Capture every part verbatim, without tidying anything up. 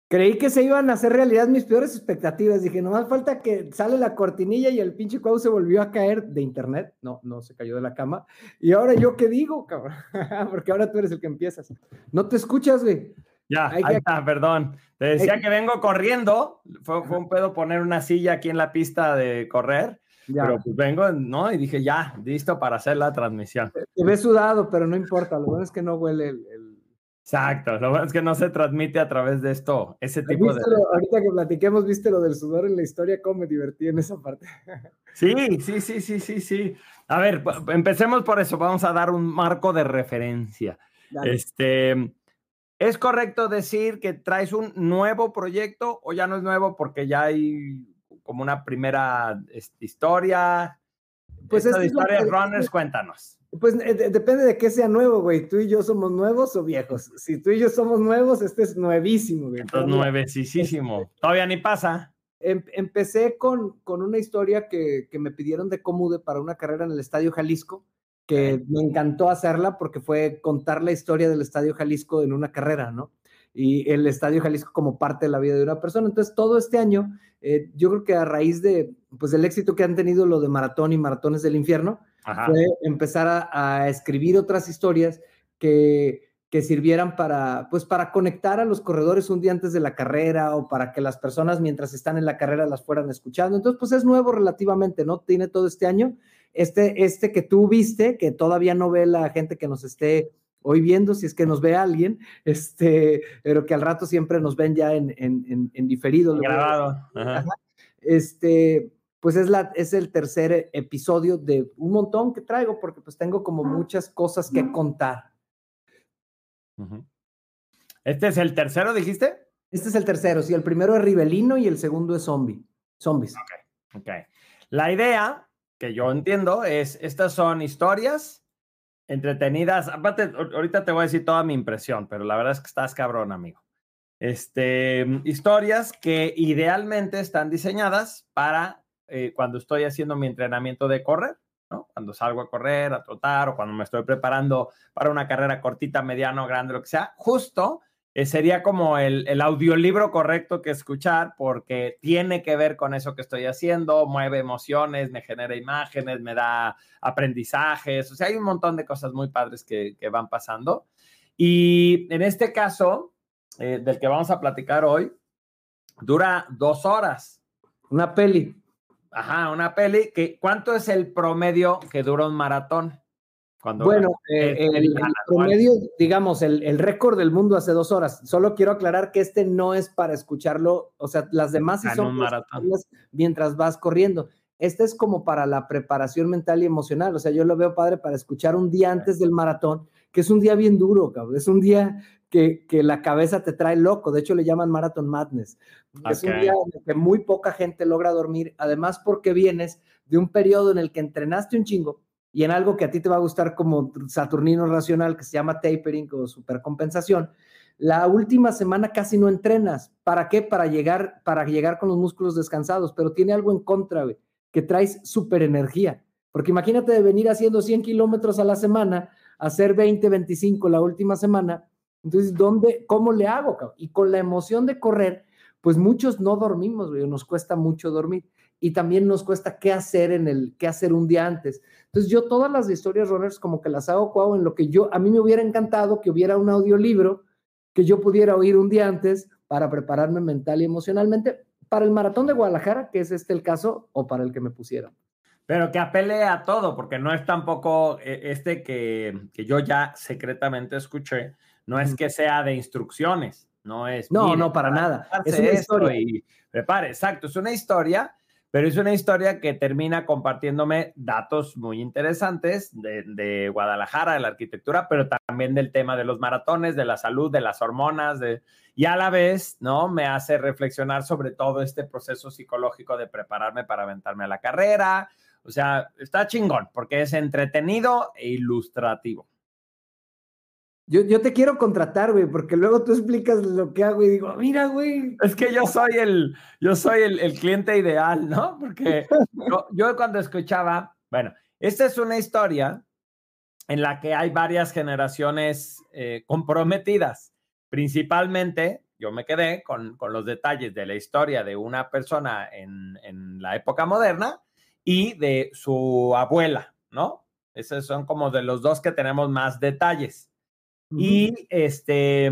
Creí que se iban a hacer realidad mis peores expectativas. Dije, nomás falta que sale la cortinilla y el pinche Cuau se volvió a caer de internet. No, no se cayó de la cama. Y ahora yo qué digo, cabrón. Porque ahora tú eres el que empiezas. No te escuchas, güey. Ya, Hay ahí que... está, perdón. Te decía que... que vengo corriendo. Fue, fue un pedo poner una silla aquí en la pista de correr. Ya. Pero pues vengo, ¿no? Y dije, ya, listo para hacer la transmisión. Te, te ves sudado, pero no importa. Lo bueno es que no huele el... el... Exacto, lo bueno es que no se transmite a través de esto, ese tipo de... Lo, ahorita que platiquemos, viste lo del sudor en la historia, cómo me divertí en esa parte. Sí, sí, sí, sí, sí, sí. A ver, empecemos por eso, vamos a dar un marco de referencia. Dale. Este, ¿es correcto decir que traes un nuevo proyecto o ya no es nuevo porque ya hay como una primera este, historia? Pues esta de historias que... runners, cuéntanos. Pues eh, depende de qué sea nuevo, güey. ¿Tú y yo somos nuevos o viejos? Si tú y yo somos nuevos, este es nuevísimo, güey. Entonces, nuevecísimo. Este, Todavía ni pasa. Em, empecé con, con una historia que, que me pidieron de Comude para una carrera en el Estadio Jalisco, que okay. me encantó hacerla porque fue contar la historia del Estadio Jalisco en una carrera, ¿no? Y el Estadio Jalisco como parte de la vida de una persona. Entonces, todo este año, eh, yo creo que a raíz de, pues, del éxito que han tenido lo de Maratón y Maratones del Infierno, Ajá. fue empezar a, a escribir otras historias que, que sirvieran para, pues, para conectar a los corredores un día antes de la carrera o para que las personas mientras están en la carrera las fueran escuchando. Entonces, pues es nuevo relativamente, ¿no? Tiene todo este año. Este, este que tú viste, que todavía no ve la gente que nos esté hoy viendo, si es que nos ve alguien, este, pero que al rato siempre nos ven ya en, en, en, en diferido. Grabado. Ajá. Ajá. Este... pues es, la, es el tercer episodio de un montón que traigo, porque pues tengo como muchas cosas que contar. Uh-huh. ¿Este es el tercero, dijiste? Este es el tercero, sí, el primero es Ribelino y el segundo es Zombie. Zombies. Ok, ok. La idea, que yo entiendo, es, estas son historias entretenidas. Aparte, ahorita te voy a decir toda mi impresión, pero la verdad es que estás cabrón, amigo. Este, historias que idealmente están diseñadas para eh, cuando estoy haciendo mi entrenamiento de correr, ¿no? Cuando salgo a correr, a trotar, o cuando me estoy preparando para una carrera cortita, mediana o grande, lo que sea, justo eh, sería como el, el audiolibro correcto que escuchar, porque tiene que ver con eso que estoy haciendo, mueve emociones, me genera imágenes, me da aprendizajes, o sea, hay un montón de cosas muy padres que, que van pasando. Y en este caso, eh, del que vamos a platicar hoy, dura dos horas. Una peli. Ajá, una peli. Que, ¿cuánto es el promedio que dura un maratón? Cuando bueno, eh, el, el promedio, digamos, el, el récord del mundo hace dos horas. Solo quiero aclarar que este no es para escucharlo, o sea, las demás sí son mientras vas corriendo. Este es como para la preparación mental y emocional. O sea, yo lo veo padre para escuchar un día antes del maratón, que es un día bien duro, cabrón. Es un día que, que la cabeza te trae loco. De hecho, le llaman Marathon Madness. Okay. Es un día en el que muy poca gente logra dormir. Además, porque vienes de un periodo en el que entrenaste un chingo y en algo que a ti te va a gustar como Saturnino Racional, que se llama tapering o supercompensación. La última semana casi no entrenas. ¿Para qué? Para llegar, para llegar con los músculos descansados. Pero tiene algo en contra, güey, que traes súper energía. Porque imagínate de venir haciendo cien kilómetros a la semana, hacer veinte, veinticinco la última semana. Entonces, ¿dónde, cómo le hago, cabrón? Y con la emoción de correr, pues muchos no dormimos, güey, nos cuesta mucho dormir. Y también nos cuesta qué hacer en el, qué hacer un día antes. Entonces, yo todas las historias runners como que las hago, Cuau, en lo que yo, a mí me hubiera encantado que hubiera un audiolibro que yo pudiera oír un día antes para prepararme mental y emocionalmente para el maratón de Guadalajara, que es este el caso, o para el que me pusieron. Pero que apele a todo, porque no es tampoco este que, que yo ya secretamente escuché, no es que sea de instrucciones, no es... No, mire, no, para nada. Es una historia. Y prepare, exacto, es una historia, pero es una historia que termina compartiéndome datos muy interesantes de, de Guadalajara, de la arquitectura, pero también del tema de los maratones, de la salud, de las hormonas, de, y a la vez, ¿no? Me hace reflexionar sobre todo este proceso psicológico de prepararme para aventarme a la carrera. O sea, está chingón, porque es entretenido e ilustrativo. Yo, yo te quiero contratar, güey, porque luego tú explicas lo que hago y digo, mira, güey. Es que yo soy el, yo soy el, el cliente ideal, ¿no? Porque yo, yo cuando escuchaba, bueno, esta es una historia en la que hay varias generaciones eh, comprometidas, principalmente yo me quedé con, con los detalles de la historia de una persona en, en la época moderna y de su abuela, ¿no? Esos son como de los dos que tenemos más detalles. Uh-huh. Y este...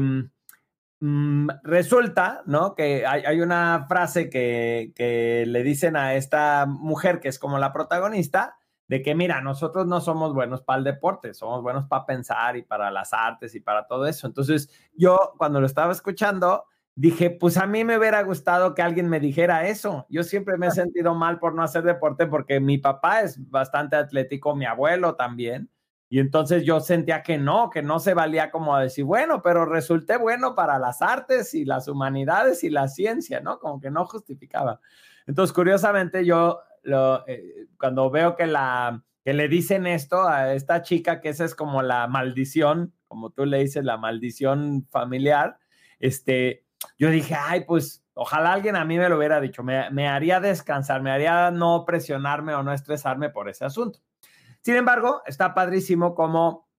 Mm, resulta, ¿no? Que hay, hay una frase que, que le dicen a esta mujer, que es como la protagonista, de que, mira, nosotros no somos buenos para el deporte, somos buenos para pensar y para las artes y para todo eso. Entonces, yo cuando lo estaba escuchando, dije, pues a mí me hubiera gustado que alguien me dijera eso. Yo siempre me he sentido mal por no hacer deporte porque mi papá es bastante atlético, mi abuelo también. Y entonces yo sentía que no, que no se valía como decir, bueno, pero resulté bueno para las artes y las humanidades y la ciencia, ¿no? Como que no justificaba. Entonces, curiosamente, yo lo, eh, cuando veo que, la, que le dicen esto a esta chica, que esa es como la maldición, como tú le dices, la maldición familiar, este, yo dije, ay, pues ojalá alguien a mí me lo hubiera dicho, me, me haría descansar, me haría no presionarme o no estresarme por ese asunto. Sin embargo, está padrísimo como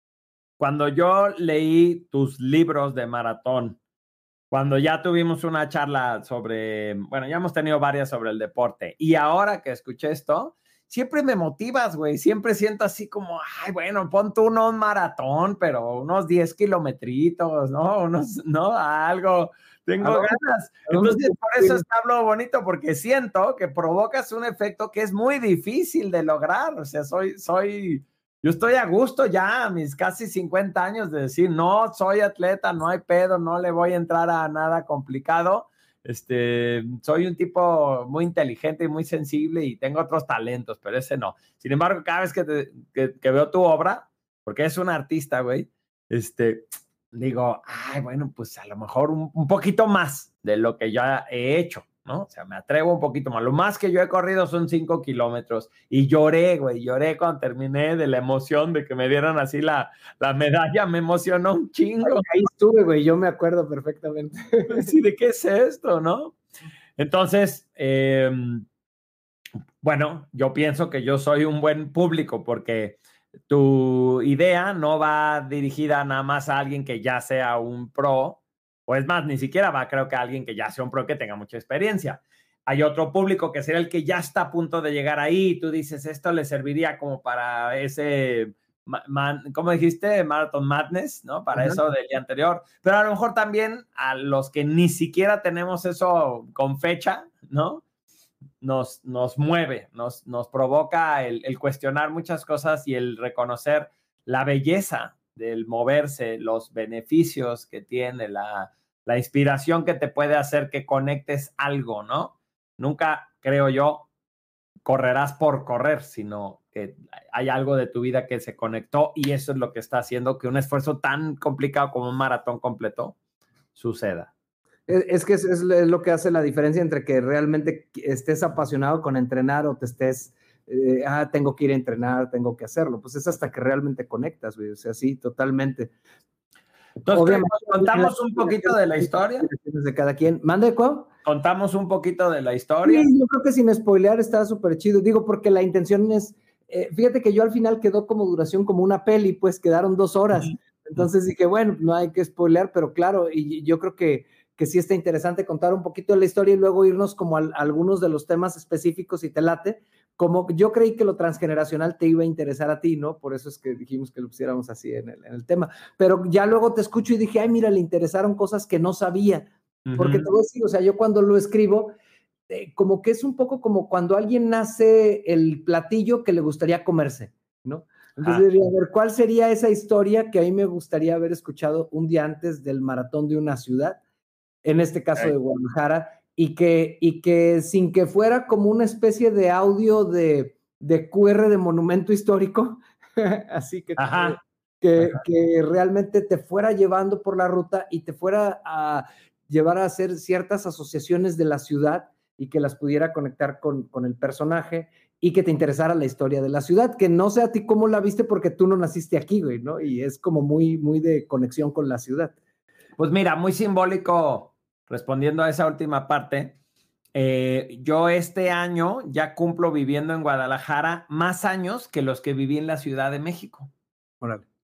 cuando yo leí tus libros de maratón, cuando ya tuvimos una charla sobre, bueno, ya hemos tenido varias sobre el deporte, y ahora que escuché esto, siempre me motivas, güey, siempre siento así como, ay, bueno, pon tú no un maratón, pero unos diez kilometritos, ¿no? Unos, ¿no? Algo... Tengo ganas. Entonces, por eso es hablo bonito, porque siento que provocas un efecto que es muy difícil de lograr. O sea, soy, soy, yo estoy a gusto ya a mis casi cincuenta años de decir, no, soy atleta, no hay pedo, no le voy a entrar a nada complicado. Este, soy un tipo muy inteligente y muy sensible y tengo otros talentos, pero ese no. Sin embargo, cada vez que, te, que, que veo tu obra, porque es un artista, güey, este... digo, ay, bueno, pues a lo mejor un, un poquito más de lo que ya he hecho, ¿no? O sea, me atrevo un poquito más. Lo más que yo he corrido son cinco kilómetros y lloré, güey, lloré cuando terminé de la emoción de que me dieran así la, la medalla, me emocionó un chingo. Ahí estuve, güey, yo me acuerdo perfectamente. Sí, ¿de qué es esto, no? Entonces, eh, bueno, yo pienso que yo soy un buen público porque tu idea no va dirigida nada más a alguien que ya sea un pro, o es más, ni siquiera va, creo que a alguien que ya sea un pro que tenga mucha experiencia. Hay otro público que sería el que ya está a punto de llegar ahí y tú dices, esto le serviría como para ese, man, ¿cómo dijiste? Marathon Madness, ¿no? Para uh-huh. Eso del día anterior. Pero a lo mejor también a los que ni siquiera tenemos eso con fecha, ¿no? Nos, nos mueve, nos, nos provoca el, el cuestionar muchas cosas y el reconocer la belleza del moverse, los beneficios que tiene, la, la inspiración que te puede hacer que conectes algo, ¿no? Nunca, creo yo, correrás por correr, sino que hay algo de tu vida que se conectó y eso es lo que está haciendo que un esfuerzo tan complicado como un maratón completo suceda. Es que es, es lo que hace la diferencia entre que realmente estés apasionado con entrenar o te estés, eh, ah, tengo que ir a entrenar, tengo que hacerlo. Pues es hasta que realmente conectas, güey. O sea, sí, totalmente. Entonces, obviamente, ¿contamos un poquito de la historia? De cada quien. ¿Mande, cuál? ¿Contamos un poquito de la historia? Sí, yo creo que sin spoilear está súper chido. Digo, porque la intención es, eh, fíjate que yo al final quedó como duración como una peli, pues quedaron dos horas. Uh-huh. Entonces dije, bueno, no hay que spoilear, pero claro, y yo creo que que sí está interesante contar un poquito de la historia y luego irnos como a, a algunos de los temas específicos y te late, como yo creí que lo transgeneracional te iba a interesar a ti, ¿no? Por eso es que dijimos que lo pusiéramos así en el, en el tema, pero ya luego te escucho y dije, ay, mira, le interesaron cosas que no sabía, uh-huh. Porque te voy a decir, o sea, yo cuando lo escribo, eh, como que es un poco como cuando alguien nace el platillo que le gustaría comerse, ¿no? Entonces, ah. a ver, ¿cuál sería esa historia que a mí me gustaría haber escuchado un día antes del maratón de una ciudad? En este caso de Guadalajara, y que, y que sin que fuera como una especie de audio de, de Q R de monumento histórico, así que, Ajá. que, Ajá. que realmente te fuera llevando por la ruta y te fuera a llevar a hacer ciertas asociaciones de la ciudad y que las pudiera conectar con, con el personaje y que te interesara la historia de la ciudad, que no sé a ti cómo la viste porque tú no naciste aquí, güey, ¿no? Y es como muy, muy de conexión con la ciudad. Pues mira, muy simbólico. Respondiendo a esa última parte, eh, yo este año ya cumplo viviendo en Guadalajara más años que los que viví en la Ciudad de México. Órale.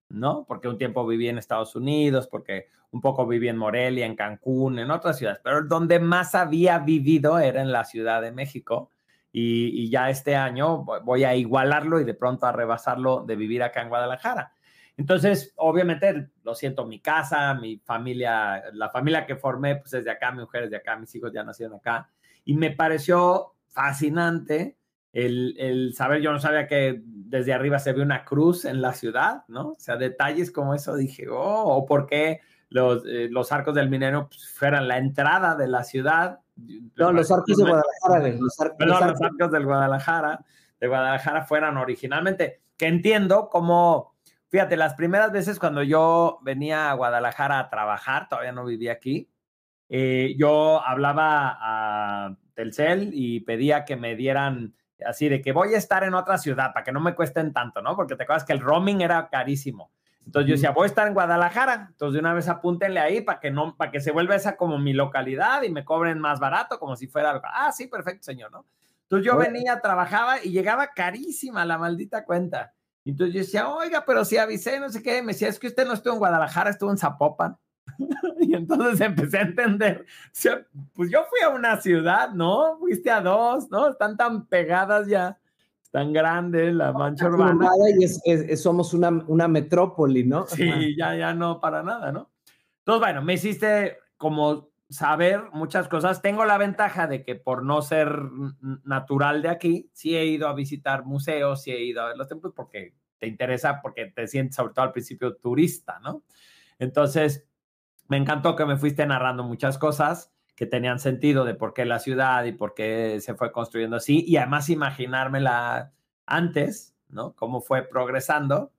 ¿no? Porque un tiempo viví en Estados Unidos, porque un poco viví en Morelia, en Cancún, en otras ciudades, pero donde más había vivido era en la Ciudad de México. Y, y ya este año voy a igualarlo y de pronto a rebasarlo de vivir acá en Guadalajara. Entonces, obviamente, lo siento, mi casa, mi familia, la familia que formé, pues es de acá, mi mujer es de acá, mis hijos ya nacieron acá. Y me pareció fascinante el, el saber, yo no sabía que desde arriba se ve una cruz en la ciudad, ¿no? O sea, detalles como eso, dije, oh, o por qué los, eh, los arcos del Milenio pues, fueran la entrada de la ciudad. No, los arcos de Guadalajara. Los, ar perdón, los arcos, los arcos del Guadalajara, de Guadalajara fueran originalmente, que entiendo como, fíjate, las primeras veces cuando yo venía a Guadalajara a trabajar, todavía no vivía aquí, eh, yo hablaba a Telcel y pedía que me dieran así de que voy a estar en otra ciudad para que no me cuesten tanto, ¿no? Porque te acuerdas que el roaming era carísimo. Entonces yo decía, voy a estar en Guadalajara, entonces de una vez apúntenle ahí para que no, para que se vuelva esa como mi localidad y me cobren más barato, como si fuera algo. Ah, sí, perfecto, señor, ¿no? Entonces yo venía, trabajaba y llegaba carísima la maldita cuenta. Entonces yo decía, oiga, pero si avisé, no sé qué, me decía, es que usted no estuvo en Guadalajara, estuvo en Zapopan. Y entonces empecé a entender, o sea, pues yo fui a una ciudad, ¿no? Fuiste a dos, ¿no? Están tan pegadas ya, tan grandes, la mancha urbana. Y es, es, es, somos una, una metrópoli, ¿no? Sí, Ajá. ya, ya no para nada, ¿no? Entonces, bueno, me hiciste como saber muchas cosas. Tengo la ventaja de que por no ser natural de aquí, sí he ido a visitar museos, sí he ido a ver los templos porque te interesa, porque te sientes sobre todo al principio turista, ¿no? Entonces, me encantó que me fuiste narrando muchas cosas que tenían sentido de por qué la ciudad y por qué se fue construyendo así, y además imaginármela antes, ¿no? Cómo fue progresando.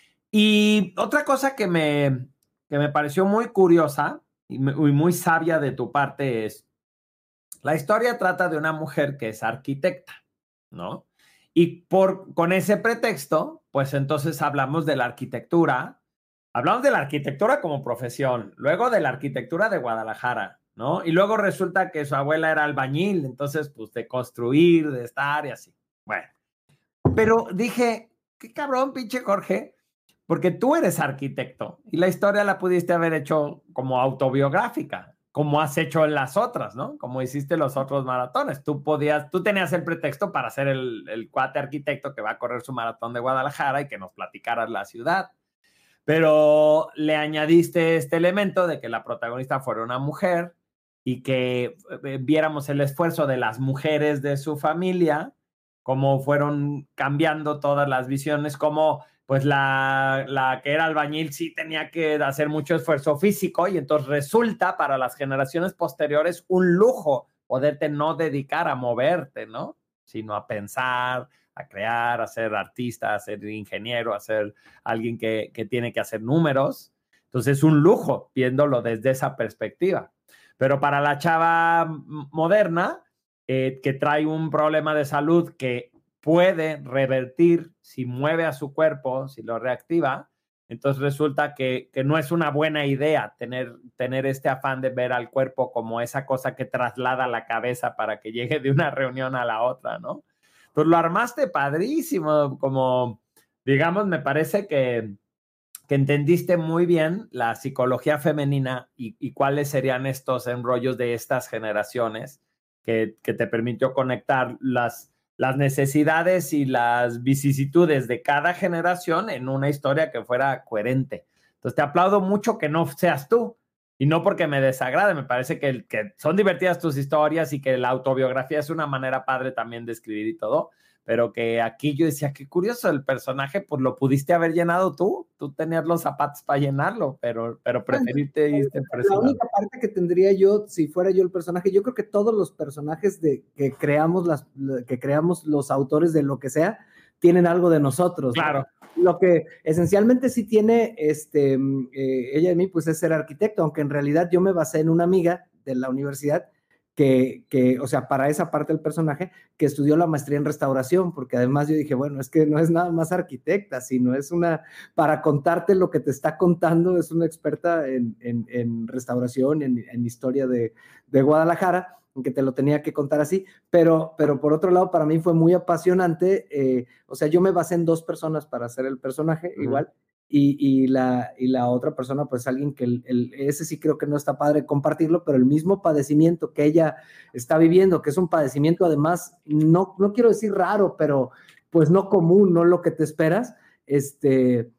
Y otra cosa que me, que me pareció muy curiosa y muy, muy sabia de tu parte es, la historia trata de una mujer que es arquitecta, ¿no? Y por, con ese pretexto, pues entonces hablamos de la arquitectura, hablamos de la arquitectura como profesión, luego de la arquitectura de Guadalajara, ¿no? Y luego resulta que su abuela era albañil, entonces, pues, de construir, de estar y así. Bueno, pero dije, qué cabrón, pinche Jorge, porque tú eres arquitecto y la historia la pudiste haber hecho como autobiográfica, como has hecho en las otras, ¿no? Como hiciste los otros maratones. Tú podías, tú tenías el pretexto para ser el, el cuate arquitecto que va a correr su maratón de Guadalajara y que nos platicaras la ciudad. Pero le añadiste este elemento de que la protagonista fuera una mujer y que viéramos el esfuerzo de las mujeres de su familia, cómo fueron cambiando todas las visiones, cómo pues la, la que era albañil sí tenía que hacer mucho esfuerzo físico y entonces resulta para las generaciones posteriores un lujo poderte no dedicar a moverte, ¿no? Sino a pensar, a crear, a ser artista, a ser ingeniero, a ser alguien que, que tiene que hacer números. Entonces es un lujo viéndolo desde esa perspectiva. Pero para la chava moderna, eh, que trae un problema de salud que puede revertir si mueve a su cuerpo, si lo reactiva, entonces resulta que, que no es una buena idea tener, tener este afán de ver al cuerpo como esa cosa que traslada la cabeza para que llegue de una reunión a la otra, ¿no? Pues lo armaste padrísimo, como, digamos, me parece que, que entendiste muy bien la psicología femenina y, y cuáles serían estos enrollos de estas generaciones que, que te permitió conectar las, las necesidades y las vicisitudes de cada generación en una historia que fuera coherente. Entonces te aplaudo mucho que no seas tú. Y no porque me desagrade, me parece que, que son divertidas tus historias y que la autobiografía es una manera padre también de escribir y todo, pero que aquí yo decía, qué curioso el personaje, pues lo pudiste haber llenado tú, tú tenías los zapatos para llenarlo, pero, pero preferiste irte por ese lado. La única parte que tendría yo, si fuera yo el personaje, yo creo que todos los personajes de, que, creamos las, que creamos los autores de lo que sea, tienen algo de nosotros. Claro. ¿no? Lo que esencialmente sí tiene este, eh, ella de mí, pues es ser arquitecto, aunque en realidad yo me basé en una amiga de la universidad que, que, o sea, para esa parte del personaje, que estudió la maestría en restauración, porque además yo dije, bueno, es que no es nada más arquitecta, sino es una, para contarte lo que te está contando, es una experta en, en, en restauración, en, en historia de, de Guadalajara, que te lo tenía que contar así, pero, pero por otro lado, para mí fue muy apasionante, eh, o sea, yo me basé en dos personas para hacer el personaje, uh-huh. igual, y, y, la, y la otra persona, pues alguien que el, el, ese sí creo que no está padre compartirlo, pero el mismo padecimiento que ella está viviendo, que es un padecimiento además, no, no quiero decir raro, pero pues no común, no lo que te esperas, este,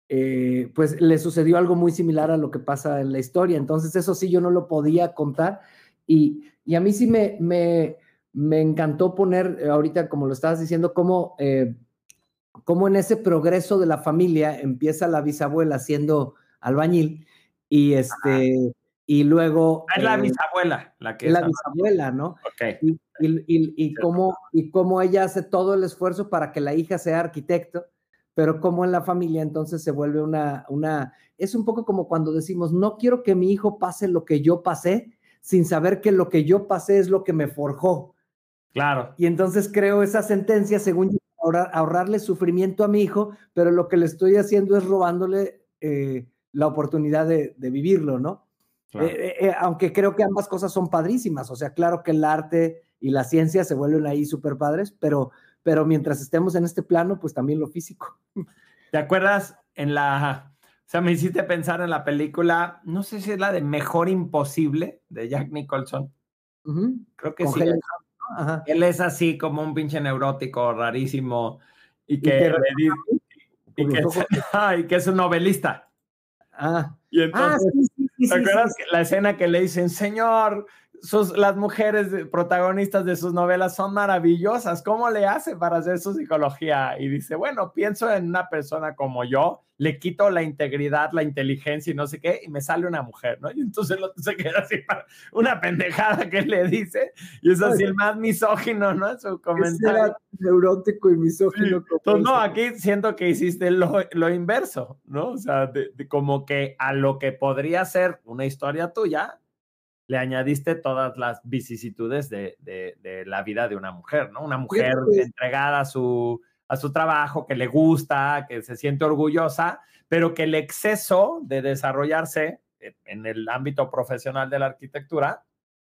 eh, pues le sucedió algo muy similar a lo que pasa en la historia. Entonces eso sí yo no lo podía contar y, y a mí sí me, me, me encantó poner ahorita, como lo estabas diciendo, cómo... Eh, cómo en ese progreso de la familia empieza la bisabuela siendo albañil y este Ajá. y luego es eh, la bisabuela la que es es la bisabuela, ¿no? Okay. Y, y, y, y cómo y cómo ella hace todo el esfuerzo para que la hija sea arquitecto, pero como en la familia entonces se vuelve una una es un poco como cuando decimos no quiero que mi hijo pase lo que yo pasé sin saber que lo que yo pasé es lo que me forjó. Claro. Y entonces creo esa sentencia según yo Ahorrar, ahorrarle sufrimiento a mi hijo, pero lo que le estoy haciendo es robándole eh, la oportunidad de, de vivirlo, ¿no? Claro. Eh, eh, aunque creo que ambas cosas son padrísimas, o sea, claro que el arte y la ciencia se vuelven ahí súper padres, pero, pero mientras estemos en este plano, pues también lo físico. ¿Te acuerdas en la... O sea, me hiciste pensar en la película, no sé si es la de Mejor Imposible, de Jack Nicholson. Uh-huh. Creo que Con sí. Helen. Ajá. Él es así como un pinche neurótico rarísimo y que, y que, le dice, y que, y que es un novelista. Ah, y entonces, ah, sí, sí, sí, ¿te acuerdas sí, sí. la escena que le dicen, señor, sus, las mujeres protagonistas de sus novelas son maravillosas, ¿cómo le hace para hacer su psicología? Y dice, bueno, pienso en una persona como yo, le quito la integridad, la inteligencia y no sé qué, y me sale una mujer, ¿no? Y entonces el otro se queda así para una pendejada que le dice, y es así el más misógino, ¿no? Su comentario. Era neurótico y misógino. Sí. Entonces, no, aquí siento que hiciste lo, lo inverso, ¿no? O sea, de, de como que a lo que podría ser una historia tuya, le añadiste todas las vicisitudes de, de, de la vida de una mujer, ¿no? Una mujer sí. entregada a su, a su trabajo, que le gusta, que se siente orgullosa, pero que el exceso de desarrollarse en el ámbito profesional de la arquitectura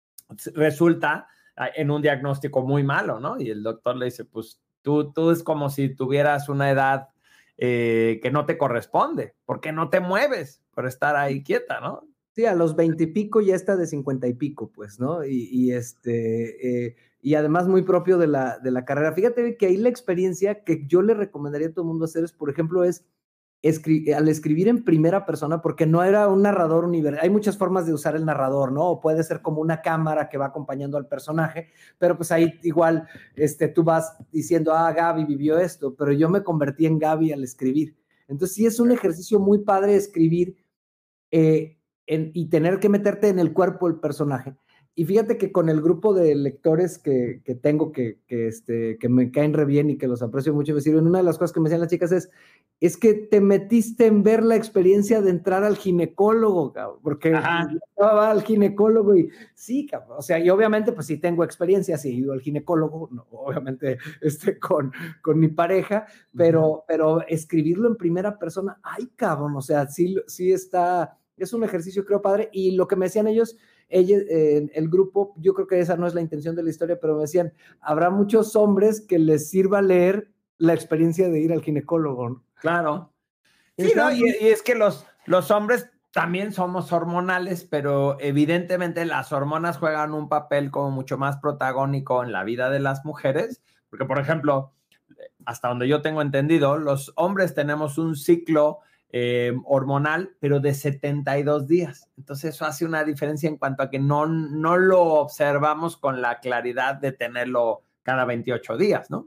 resulta en un diagnóstico muy malo, ¿no? Y el doctor le dice, pues tú, tú es como si tuvieras una edad eh, que no te corresponde, porque no te mueves por estar ahí quieta, ¿no? Sí, a los veinte y pico ya está de cincuenta y pico, pues, ¿no? Y, y este, eh, y además muy propio de la, de la carrera. Fíjate que ahí la experiencia que yo le recomendaría a todo el mundo hacer es, por ejemplo, es escri al escribir en primera persona, porque no era un narrador universal. Hay muchas formas de usar el narrador, ¿no? O puede ser como una cámara que va acompañando al personaje, pero pues ahí igual este, tú vas diciendo, ah, Gaby vivió esto, pero yo me convertí en Gaby al escribir. Entonces sí es un ejercicio muy padre escribir eh, en, y tener que meterte en el cuerpo del personaje. Y fíjate que con el grupo de lectores que, que tengo, que, que, este, que me caen re bien y que los aprecio mucho y me sirven, una de las cosas que me decían las chicas es, es que te metiste en ver la experiencia de entrar al ginecólogo, cabrón, porque va al ginecólogo y sí, cabrón, o sea, y obviamente pues sí tengo experiencia, sí he ido al ginecólogo, no, obviamente este, con, con mi pareja, pero, uh-huh. pero escribirlo en primera persona, ay, cabrón, o sea, sí, sí está, es un ejercicio creo padre, y lo que me decían ellos, ellos, eh, el grupo, yo creo que esa no es la intención de la historia, pero me decían, habrá muchos hombres que les sirva leer la experiencia de ir al ginecólogo, ¿no? Claro. Sí, ¿no? Y, y es que los, los hombres también somos hormonales, pero evidentemente las hormonas juegan un papel como mucho más protagónico en la vida de las mujeres, porque, por ejemplo, hasta donde yo tengo entendido, los hombres tenemos un ciclo eh, hormonal, pero de setenta y dos días. Entonces eso hace una diferencia en cuanto a que no, no lo observamos con la claridad de tenerlo cada veintiocho días, ¿no?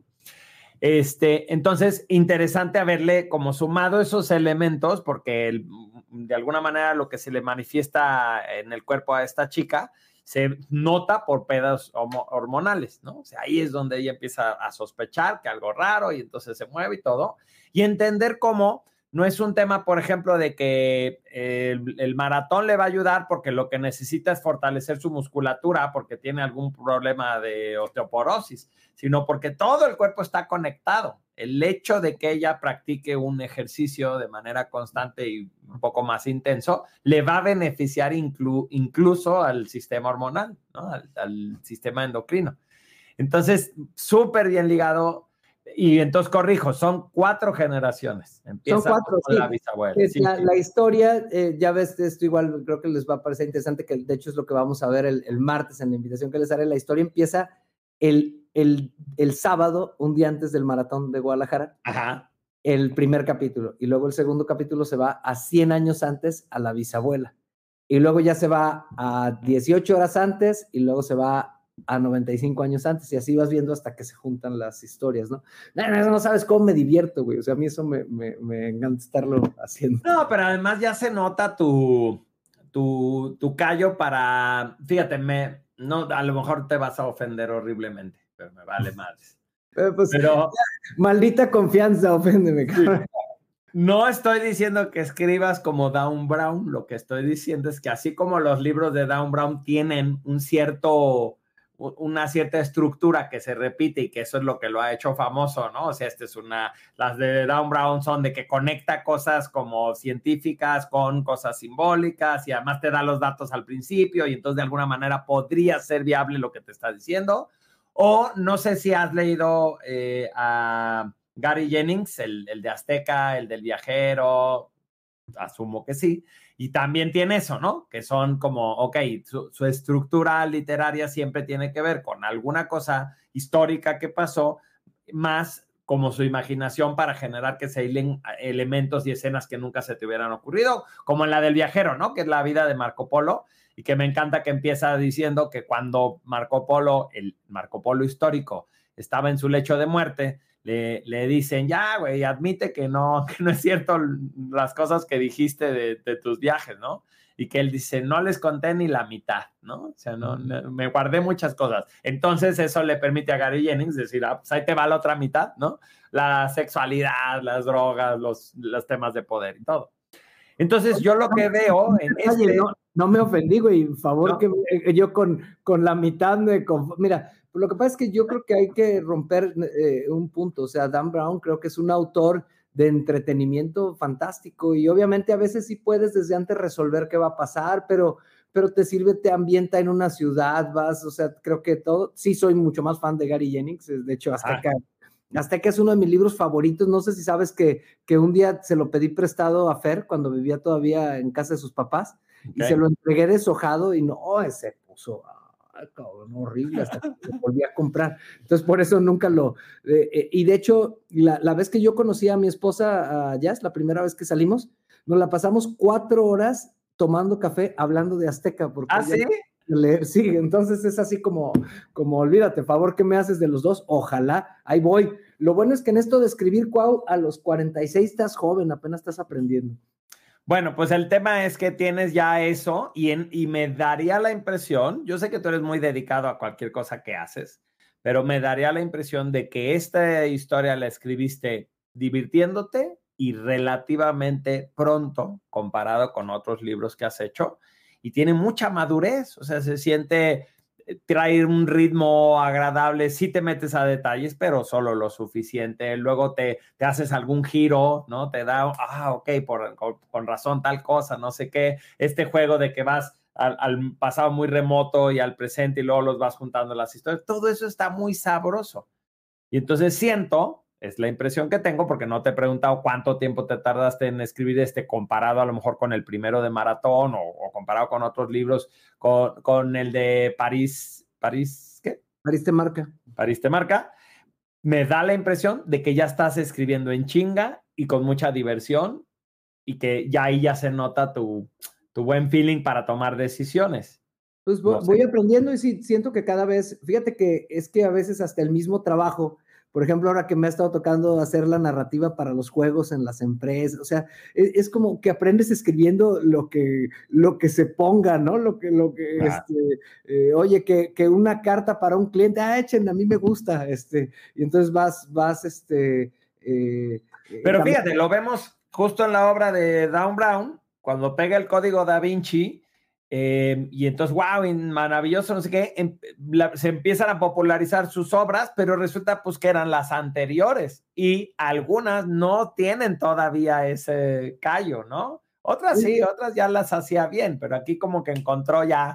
Este, entonces, interesante haberle como sumado esos elementos, porque el, de alguna manera lo que se le manifiesta en el cuerpo a esta chica se nota por pedos hormonales, ¿no? O sea, ahí es donde ella empieza a sospechar que algo raro y entonces se mueve y todo, y entender cómo no es un tema, por ejemplo, de que el, el maratón le va a ayudar porque lo que necesita es fortalecer su musculatura porque tiene algún problema de osteoporosis, sino porque todo el cuerpo está conectado. El hecho de que ella practique un ejercicio de manera constante y un poco más intenso le va a beneficiar inclu incluso al sistema hormonal, ¿no? al, al sistema endocrino. Entonces, súper bien ligado. Y entonces corrijo, son cuatro generaciones. Empieza son cuatro, con sí. la bisabuela. Sí, la, sí. la historia, eh, ya ves, esto igual creo que les va a parecer interesante, que de hecho es lo que vamos a ver el, el martes en la invitación que les haré. La historia empieza el, el, el sábado, un día antes del maratón de Guadalajara. Ajá. El primer capítulo. Y luego el segundo capítulo se va a cien años antes a la bisabuela. Y luego ya se va a dieciocho horas antes y luego se va a noventa y cinco años antes, y así vas viendo hasta que se juntan las historias, ¿no? No, no, no sabes cómo me divierto, güey. O sea, a mí eso me, me, me encanta estarlo haciendo. No, pero además ya se nota tu, tu, tu callo para, fíjate, me, no, a lo mejor te vas a ofender horriblemente, pero me vale madres. Eh, pues, pero, maldita confianza, oféndeme, cabrón. No estoy diciendo que escribas como Dan Brown, lo que estoy diciendo es que así como los libros de Dan Brown tienen un cierto, una cierta estructura que se repite y que eso es lo que lo ha hecho famoso, ¿no? O sea, este es una, las de Dan Brown son de que conecta cosas como científicas con cosas simbólicas y además te da los datos al principio y entonces de alguna manera podría ser viable lo que te está diciendo. O no sé si has leído eh, a Gary Jennings, el, el de Azteca, el del viajero, asumo que sí, y también tiene eso, ¿no? Que son como, ok, su, su estructura literaria siempre tiene que ver con alguna cosa histórica que pasó, más como su imaginación para generar que se hilen elementos y escenas que nunca se te hubieran ocurrido, como en la del viajero, ¿no? Que es la vida de Marco Polo, y que me encanta que empieza diciendo que cuando Marco Polo, el Marco Polo histórico, estaba en su lecho de muerte, Le, le dicen, ya, güey, admite que no, que no es cierto las cosas que dijiste de, de tus viajes, ¿no? Y que él dice, no les conté ni la mitad, ¿no? O sea, no, no, me guardé muchas cosas. Entonces eso le permite a Gary Jennings decir, ah, pues ahí te va la otra mitad, ¿no? La sexualidad, las drogas, los, los temas de poder y todo. Entonces yo lo que veo en Oye, este... no, no me ofendí, güey, por favor, ¿no? que me, yo con, con la mitad me... Conf... Mira, lo que pasa es que yo creo que hay que romper eh, un punto. O sea, Dan Brown creo que es un autor de entretenimiento fantástico y obviamente a veces sí puedes desde antes resolver qué va a pasar, pero, pero te sirve, te ambienta en una ciudad, vas, o sea, creo que todo, sí soy mucho más fan de Gary Jennings, de hecho, Azteca, Azteca es uno de mis libros favoritos. No sé si sabes que, que un día se lo pedí prestado a Fer cuando vivía todavía en casa de sus papás, okay, y se lo entregué deshojado y no, se puso... Ay, cabrón, horrible, hasta que lo volví a comprar. Entonces, por eso nunca lo... Eh, eh, y de hecho, la, la vez que yo conocí a mi esposa, a Jazz, la primera vez que salimos, nos la pasamos cuatro horas tomando café, hablando de Azteca. Porque ¿Ah, sí? Leer, sí, entonces es así como, como, olvídate, favor, ¿qué me haces de los dos? Ojalá, ahí voy. Lo bueno es que en esto de escribir, Cuau, a los cuarenta y seis estás joven, apenas estás aprendiendo. Bueno, pues el tema es que tienes ya eso y, en, y me daría la impresión, yo sé que tú eres muy dedicado a cualquier cosa que haces, pero me daría la impresión de que esta historia la escribiste divirtiéndote y relativamente pronto comparado con otros libros que has hecho y tiene mucha madurez, o sea, se siente... traer un ritmo agradable, sí te metes a detalles, pero solo lo suficiente. Luego te, te haces algún giro, ¿no? Te da, ah, ok, por, con, con razón tal cosa, no sé qué. Este juego de que vas al, al pasado muy remoto y al presente y luego los vas juntando las historias, todo eso está muy sabroso. Y entonces siento, es la impresión que tengo, porque no te he preguntado cuánto tiempo te tardaste en escribir este comparado a lo mejor con el primero de Maratón o, o comparado con otros libros, con, con el de París, París, ¿qué? París te marca. París te marca. Me da la impresión de que ya estás escribiendo en chinga y con mucha diversión y que ya ahí ya se nota tu, tu buen feeling para tomar decisiones. Pues voy, no sé. voy aprendiendo y sí, siento que cada vez, fíjate que es que a veces hasta el mismo trabajo, por ejemplo, ahora que me ha estado tocando hacer la narrativa para los juegos en las empresas, o sea, es, es como que aprendes escribiendo lo que, lo que se ponga, ¿no? Lo que, lo que, ah. este, eh, oye, que, que una carta para un cliente, ah, echen, a mí me gusta, este, y entonces vas, vas, este... Eh, Pero también... fíjate, lo vemos justo en la obra de Dan Brown, cuando pega el código Da Vinci, Eh, y entonces, wow, maravilloso, no sé qué, em, la, se empiezan a popularizar sus obras, pero resulta pues que eran las anteriores y algunas no tienen todavía ese callo, ¿no? Otras sí, otras ya las hacía bien, pero aquí como que encontró ya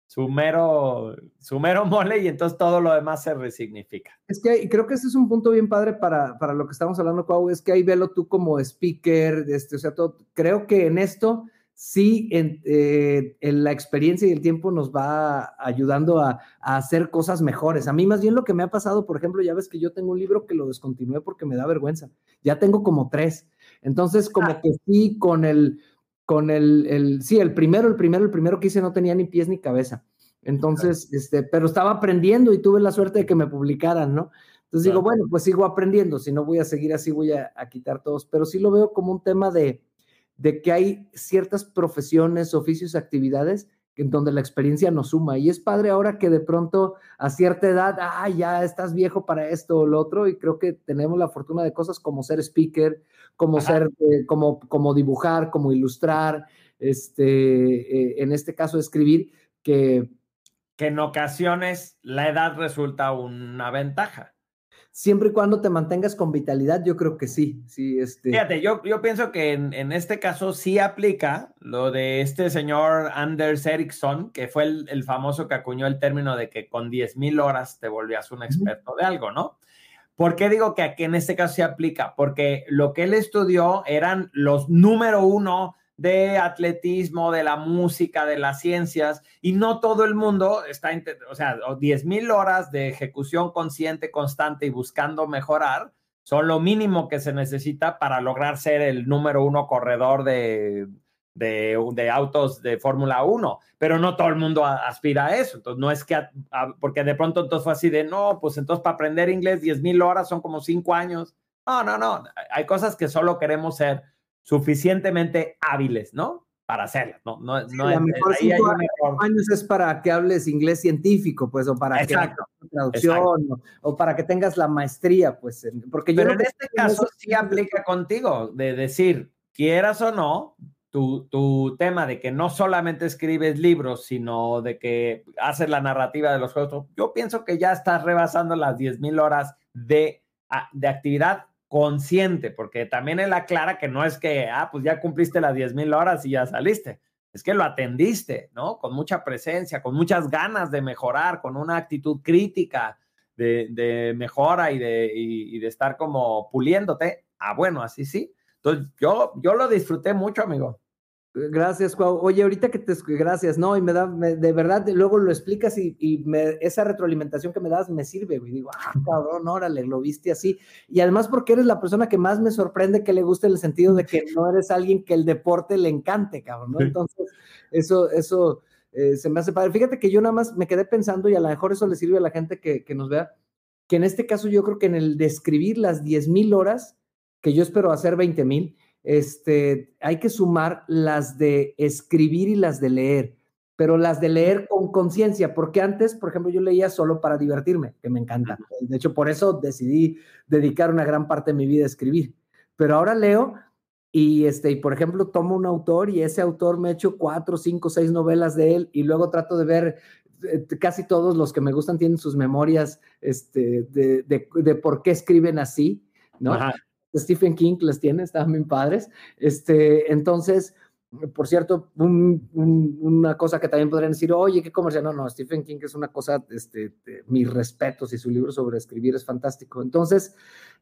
su mero, su mero mole y entonces todo lo demás se resignifica. Es que creo que ese es un punto bien padre para, para lo que estamos hablando, Cuau, es que ahí velo tú como speaker, este, o sea, todo, creo que en esto sí, en, eh, en la experiencia y el tiempo nos va ayudando a, a hacer cosas mejores. A mí más bien lo que me ha pasado, por ejemplo, ya ves que yo tengo un libro que lo descontinué porque me da vergüenza. Ya tengo como tres. Entonces, como ah. que sí, con el... con el, el, sí, el primero, el primero, el primero que hice no tenía ni pies ni cabeza. Entonces, claro. este, pero estaba aprendiendo y tuve la suerte de que me publicaran, ¿no? Entonces claro. digo, bueno, pues sigo aprendiendo, si no voy a seguir así, voy a, a quitar todos, pero sí lo veo como un tema de, de que hay ciertas profesiones, oficios, actividades en donde la experiencia nos suma, y es padre ahora que de pronto a cierta edad, ah, ya estás viejo para esto o lo otro, y creo que tenemos la fortuna de cosas como ser speaker, como Ajá. ser, eh, como, como dibujar, como ilustrar, este, eh, en este caso escribir, que... que en ocasiones la edad resulta una ventaja. Siempre y cuando te mantengas con vitalidad, yo creo que sí. sí este... Fíjate, yo, yo pienso que en, en este caso sí aplica lo de este señor Anders Ericsson, que fue el, el famoso que acuñó el término de que con diez mil horas te volvías un experto uh-huh. de algo, ¿no? ¿Por qué digo que aquí en este caso sí aplica? Porque lo que él estudió eran los número uno de atletismo, de la música, de las ciencias, y no todo el mundo está, o sea, diez mil horas de ejecución consciente, constante y buscando mejorar son lo mínimo que se necesita para lograr ser el número uno corredor de, de, de autos de Fórmula uno, pero no todo el mundo aspira a eso, entonces no es que, a, a, porque de pronto entonces fue así de, no, pues entonces para aprender inglés diez mil horas son como cinco años, no, no, no, hay cosas que solo queremos ser suficientemente hábiles, ¿no? Para hacerlo, ¿no? no, sí, no a es, mejor ahí hay un error. Años es para que hables inglés científico, pues, o para exacto, que traducción, o, o para que tengas la maestría, pues, porque yo pero en este caso es... sí aplica contigo, de decir, quieras o no, tu, tu tema de que no solamente escribes libros, sino de que haces la narrativa de los juegos, yo pienso que ya estás rebasando las diez mil horas de, de actividad consciente, porque también él aclara que no es que, ah, pues ya cumpliste las diez mil horas y ya saliste, es que lo atendiste, ¿no? Con mucha presencia, con muchas ganas de mejorar, con una actitud crítica de, de mejora y de, y, y de estar como puliéndote. Ah, bueno, así sí. Entonces, yo, yo lo disfruté mucho, amigo. Gracias, Cuau. Oye, ahorita que te... Gracias, no, y me da, me, de verdad, luego lo explicas y, y me, esa retroalimentación que me das me sirve, güey. Digo, ah, cabrón, órale, lo viste así. Y además porque eres la persona que más me sorprende que le guste en el sentido de que no eres alguien que el deporte le encante, cabrón, ¿no? Entonces, eso, eso eh, se me hace padre. Fíjate que yo nada más me quedé pensando, y a lo mejor eso le sirve a la gente que, que nos vea, que en este caso yo creo que en el de escribir las diez mil horas, que yo espero hacer veinte mil, Este, hay que sumar las de escribir y las de leer, pero las de leer con conciencia, porque antes, por ejemplo, yo leía solo para divertirme, que me encanta. De hecho, por eso decidí dedicar una gran parte de mi vida a escribir. Pero ahora leo y, este, y por ejemplo, tomo un autor y ese autor me echo cuatro, cinco, seis novelas de él y luego trato de ver, eh, casi todos los que me gustan tienen sus memorias este, de, de, de por qué escriben así, ¿no? Ajá. Stephen King les tiene, estaban bien padres. Este, entonces, por cierto, un, un, una cosa que también podrían decir, oye, qué comercial. No, no, Stephen King es una cosa, este, de, mis respetos, y su libro sobre escribir es fantástico. Entonces,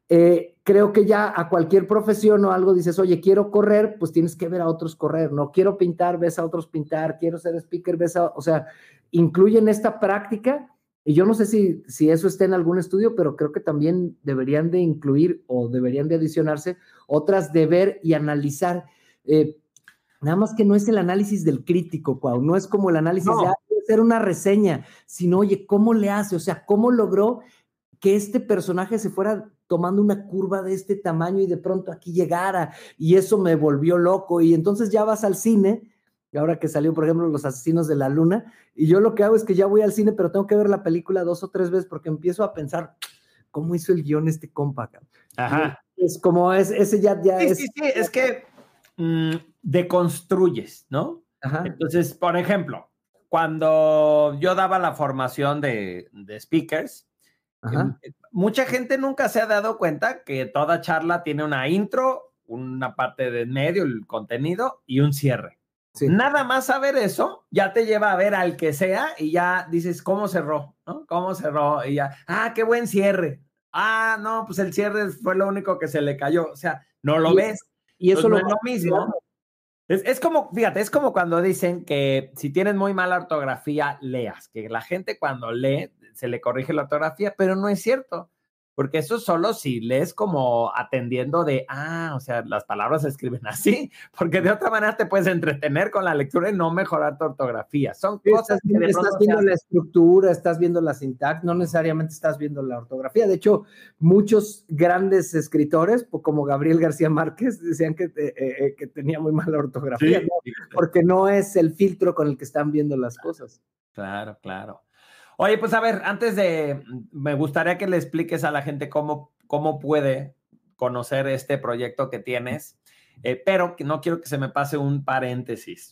eh, creo que ya a cualquier profesión o algo dices, oye, quiero correr, pues tienes que ver a otros correr. No quiero pintar, ves a otros pintar. Quiero ser speaker, ves a, o sea, incluyen esta práctica. Y yo no sé si, si eso está en algún estudio, pero creo que también deberían de incluir o deberían de adicionarse otras de ver y analizar. Eh, nada más que no es el análisis del crítico, Cuau, no es como el análisis no. de hacer una reseña, sino, oye, ¿cómo le hace? O sea, ¿cómo logró que este personaje se fuera tomando una curva de este tamaño y de pronto aquí llegara? Y eso me volvió loco. Y entonces ya vas al cine, y ahora que salió, por ejemplo, Los Asesinos de la Luna, y yo lo que hago es que ya voy al cine, pero tengo que ver la película dos o tres veces porque empiezo a pensar, ¿cómo hizo el guión este compa? Ajá. Es como, es, ese ya, ya sí, es... Sí, sí, es que mmm, deconstruyes, ¿no? Ajá. Entonces, por ejemplo, cuando yo daba la formación de, de speakers, eh, mucha gente nunca se ha dado cuenta que toda charla tiene una intro, una parte de medio, el contenido, y un cierre. Sí. Nada más saber eso ya te lleva a ver al que sea y ya dices, ¿cómo cerró? ¿No? ¿Cómo cerró? Y ya, ah, qué buen cierre. Ah, no, pues el cierre fue lo único que se le cayó. O sea, no lo y, ves. Y eso pues lo no es lo mismo. Es, es como, fíjate, es como cuando dicen que si tienes muy mala ortografía, leas. Que la gente cuando lee se le corrige la ortografía, pero no es cierto. Porque eso solo si lees como atendiendo de, ah, o sea, las palabras se escriben así, porque de otra manera te puedes entretener con la lectura y no mejorar tu ortografía. Son sí, cosas estás, que de estás viendo la estructura, estás viendo la sintaxis, no necesariamente estás viendo la ortografía. De hecho, muchos grandes escritores, como Gabriel García Márquez, decían que, eh, eh, que tenía muy mala ortografía, sí, ¿no? Porque no es el filtro con el que están viendo las cosas. Claro, claro. Oye, pues a ver, antes de, me gustaría que le expliques a la gente cómo, cómo puede conocer este proyecto que tienes, eh, pero que no quiero que se me pase un paréntesis.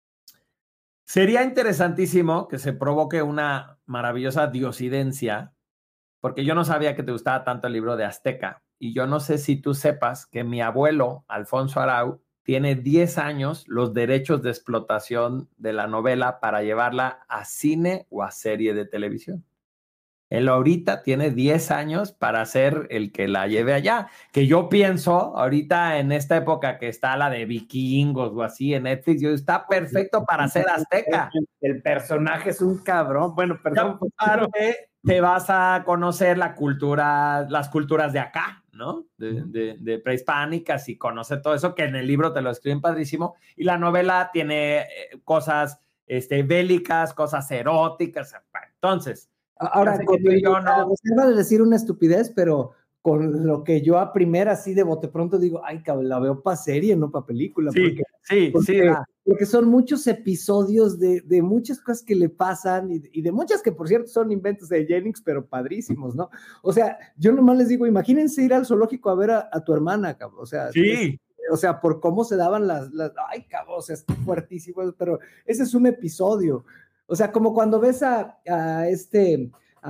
Sería interesantísimo que se provoque una maravillosa diosidencia, porque yo no sabía que te gustaba tanto el libro de Azteca, y yo no sé si tú sepas que mi abuelo, Alfonso Arau, tiene diez años los derechos de explotación de la novela para llevarla a cine o a serie de televisión. Él ahorita tiene diez años para ser el que la lleve allá. Que yo pienso, ahorita en esta época que está la de vikingos o así en Netflix, yo, está perfecto para ser Azteca. El personaje es un cabrón. Bueno, perdón. Aparte, te vas a conocer la cultura, las culturas de acá, ¿no? De, de, de prehispánicas y conocer todo eso, que en el libro te lo escriben padrísimo. Y la novela tiene cosas este, bélicas, cosas eróticas. Entonces, ahora, con el, yo no... reserva de decir una estupidez, pero con lo que yo a primera, así de bote pronto digo, ay, cabrón, la veo para serie, no para película. Sí, porque, sí, porque, sí. Ah. Porque son muchos episodios de, de muchas cosas que le pasan y, y de muchas que, por cierto, son inventos de Jennings, pero padrísimos, ¿no? O sea, yo nomás les digo, imagínense ir al zoológico a ver a, a tu hermana, cabrón. O sea, sí. Es, o sea, por cómo se daban las, las ay, cabrón, o sea, es fuertísimo, pero ese es un episodio. O sea, como cuando ves a, a este...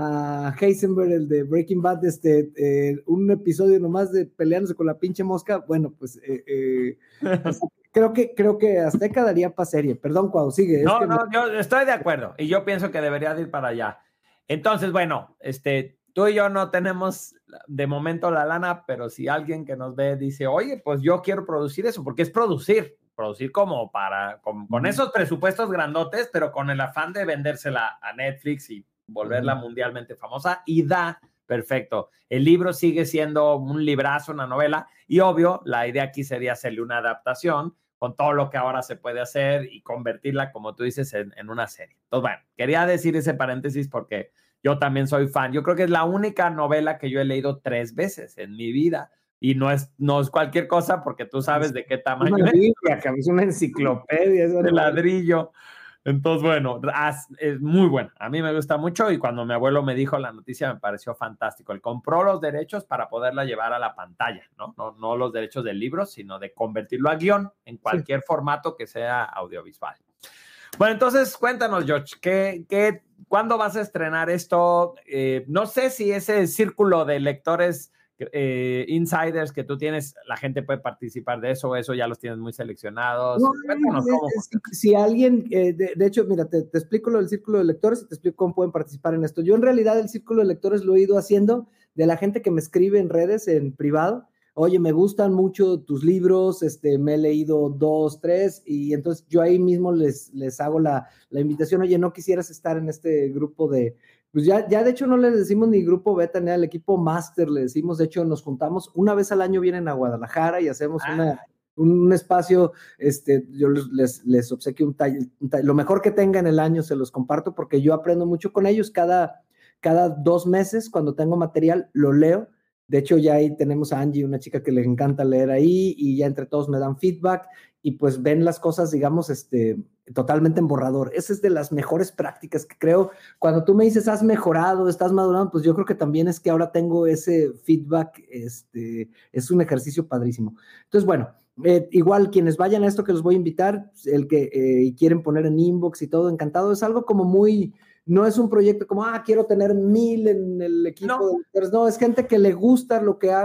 a Heisenberg, el de Breaking Bad, este, eh, un episodio nomás de peleándose con la pinche mosca, bueno, pues eh, eh, pues, creo, que, creo que Azteca daría para serie. Perdón, Cuau, sigue. No, es que no, me... yo estoy de acuerdo y yo pienso que debería de ir para allá. Entonces, bueno, este, tú y yo no tenemos de momento la lana, pero si alguien que nos ve dice, oye, pues yo quiero producir eso, porque es producir, producir como para, con, con esos presupuestos grandotes, pero con el afán de vendérsela a Netflix y volverla uh-huh. mundialmente famosa, y da, perfecto. El libro sigue siendo un librazo, una novela, y obvio, la idea aquí sería hacerle una adaptación con todo lo que ahora se puede hacer y convertirla, como tú dices, en, en una serie. Entonces, bueno, quería decir ese paréntesis porque yo también soy fan. Yo creo que es la única novela que yo he leído tres veces en mi vida. Y no es, no es cualquier cosa porque tú sabes de qué tamaño es. Una Biblia, es. Es una enciclopedia. Es de ladrillo. Entonces, bueno, es muy buena. A mí me gusta mucho y cuando mi abuelo me dijo la noticia me pareció fantástico. Él compró los derechos para poderla llevar a la pantalla, ¿no? No, no los derechos del libro, sino de convertirlo a guión en cualquier sí. formato que sea audiovisual. Bueno, entonces cuéntanos, George, ¿qué, qué, ¿cuándo vas a estrenar esto? Eh, no sé si ese círculo de lectores eh, insiders que tú tienes, la gente puede participar de eso, o eso ya los tienes muy seleccionados. No, Cuéntanos cómo. Si, si alguien, eh, de, de hecho, mira, te, te explico lo del círculo de lectores y te explico cómo pueden participar en esto. Yo en realidad el círculo de lectores lo he ido haciendo de la gente que me escribe en redes, en privado. Oye, me gustan mucho tus libros, este, me he leído dos, tres, y entonces yo ahí mismo les, les hago la, la invitación, oye, ¿no quisieras estar en este grupo de, pues ya, ya de hecho no le decimos ni grupo beta, ni al equipo máster, le decimos, de hecho nos juntamos, una vez al año vienen a Guadalajara y hacemos ah. una, un espacio, este, yo les, les obsequio un taller, un taller, lo mejor que tenga en el año se los comparto, porque yo aprendo mucho con ellos, cada, cada dos meses cuando tengo material lo leo. De hecho, ya ahí tenemos a Angie, una chica que le encanta leer ahí, y ya entre todos me dan feedback y pues ven las cosas, digamos, este, totalmente en borrador. Esa es de las mejores prácticas que creo. Cuando tú me dices, has mejorado, estás madurando, pues yo creo que también es que ahora tengo ese feedback, este, es un ejercicio padrísimo. Entonces, bueno, eh, igual quienes vayan a esto que los voy a invitar, el que eh, quieren poner en inbox y todo, encantado, es algo como muy... No es un proyecto como, ah, quiero tener mil en el equipo. No, de, no es gente que le gusta lo que hago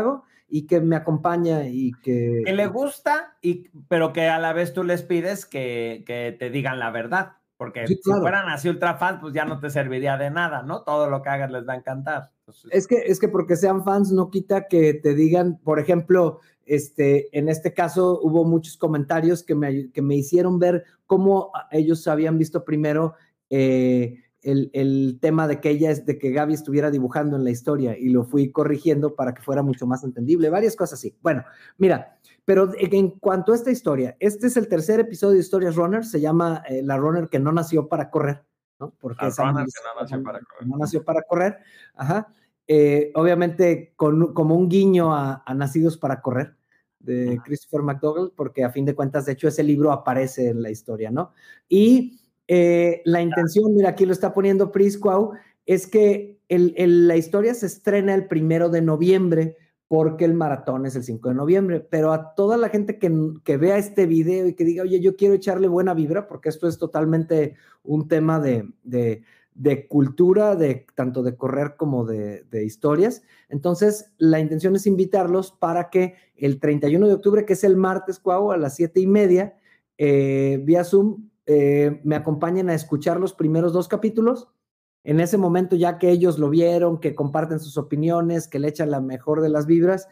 y que me acompaña y que... Que le gusta, y, pero que a la vez tú les pides que, que te digan la verdad. Porque sí, claro. Si fueran así ultra fans, pues ya no te serviría de nada, ¿no? Todo lo que hagas les va a encantar. Entonces... Es que, es que porque sean fans no quita que te digan, por ejemplo, este, en este caso hubo muchos comentarios que me, que me hicieron ver cómo ellos habían visto primero eh, el, el tema de que ella es, de que Gaby estuviera dibujando en la historia, y lo fui corrigiendo para que fuera mucho más entendible, varias cosas así. Bueno, mira, pero en cuanto a esta historia, este es el tercer episodio de Historias Runner, se llama eh, La Runner que no nació para correr, ¿no? Porque La esa runner que no nació para correr. No nació para correr, ajá. Eh, obviamente con, como un guiño a, a Nacidos para Correr, de uh-huh. Christopher McDougall, porque a fin de cuentas, de hecho, ese libro aparece en la historia, ¿no? Y eh, la intención, mira, aquí lo está poniendo Prisquau, es que el, el, la historia se estrena el primero de noviembre, porque el maratón es el cinco de noviembre, pero a toda la gente que, que vea este video y que diga, oye, yo quiero echarle buena vibra, porque esto es totalmente un tema de, de, de cultura, de, tanto de correr como de, de historias. Entonces, la intención es invitarlos para que el treinta y uno de octubre, que es el martes, Cuau, a las siete y media, eh, vía Zoom, eh, me acompañen a escuchar los primeros dos capítulos. En ese momento, ya que ellos lo vieron, que comparten sus opiniones, que le echan la mejor de las vibras,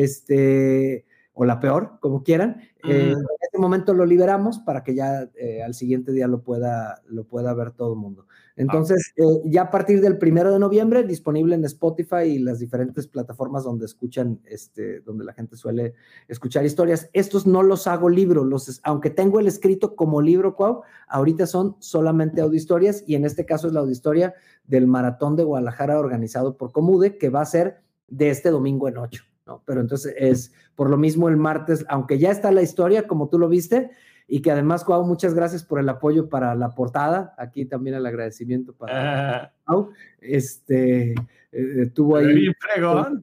este, o la peor, como quieran, uh-huh. eh, en ese momento lo liberamos para que ya eh, al siguiente día lo pueda, lo pueda ver todo el mundo. Entonces, okay. eh, ya a partir del primero de noviembre, disponible en Spotify y las diferentes plataformas donde escuchan, este, donde la gente suele escuchar historias. Estos no los hago libro, los, aunque tengo el escrito como libro, Cuau, ahorita son solamente audiohistorias, y en este caso es la audiohistoria del Maratón de Guadalajara organizado por Comude, que va a ser de este domingo en ocho, ¿no? Pero entonces es por lo mismo el martes, aunque ya está la historia, como tú lo viste, y que además, Cuau, muchas gracias por el apoyo para la portada. Aquí también el agradecimiento para Cuau. Este, eh, tuvo ahí... Bien fregón.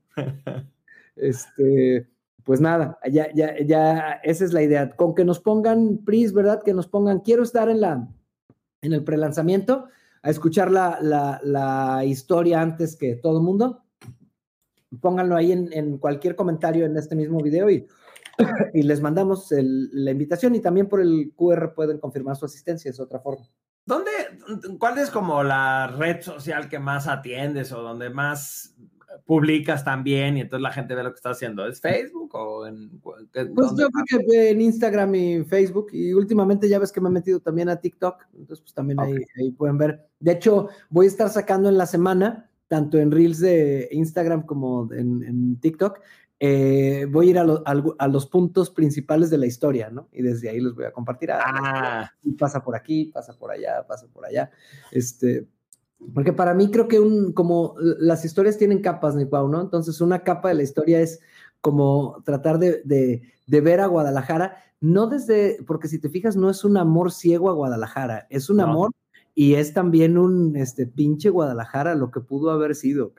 Este, pues nada, ya, ya, ya, esa es la idea. Con que nos pongan, Pris, ¿verdad? Que nos pongan, quiero estar en la, en el prelanzamiento, a escuchar la, la, la historia antes que todo el mundo. Pónganlo ahí en, en cualquier comentario en este mismo video y, y les mandamos el, la invitación, y también por el Q R pueden confirmar su asistencia, es otra forma. ¿Dónde, cuál es como la red social que más atiendes o donde más publicas también y entonces la gente ve lo que estás haciendo? ¿Es Facebook o en...? en pues yo creo que en Instagram y Facebook, y últimamente ya ves que me he metido también a TikTok, entonces pues también okay. ahí, ahí pueden ver. De hecho, voy a estar sacando en la semana, tanto en Reels de Instagram como en, en TikTok, eh, voy a ir a, lo, a, a los puntos principales de la historia, ¿no? Y desde ahí los voy a compartir. Ah, ah. Y pasa por aquí, pasa por allá, pasa por allá. Este... Porque para mí creo que un, como las historias tienen capas, Nicuau, ¿no? Entonces una capa de la historia es como tratar de, de, de ver a Guadalajara, no desde, porque si te fijas no es un amor ciego a Guadalajara, es un no. amor y es también un este, pinche Guadalajara, lo que pudo haber sido.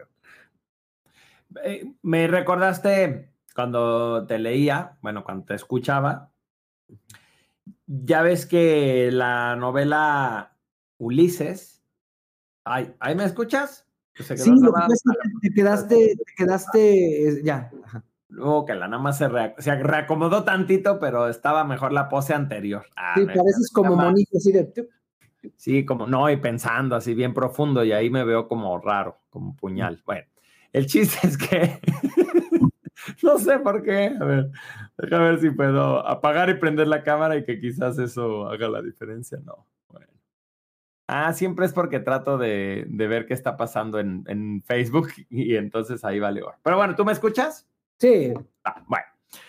Eh, me recordaste cuando te leía, bueno, cuando te escuchaba, ya ves que la novela Ulises, Ay, ¿ahí me escuchas? Se sí, lo que es que te quedaste, te quedaste, ya. Ajá. Luego que la nada más se, re, se reacomodó tantito, pero estaba mejor la pose anterior. Ah, sí, pareces como monito, así de... Sí, como, no, y pensando así bien profundo, y ahí me veo como raro, como puñal. Bueno, el chiste es que... no sé por qué. A ver, déjame ver si puedo apagar y prender la cámara y que quizás eso haga la diferencia. No, bueno. Ah, siempre es porque trato de, de ver qué está pasando en, en Facebook y entonces ahí vale oro. Pero bueno, ¿tú me escuchas? Sí. Ah, bueno.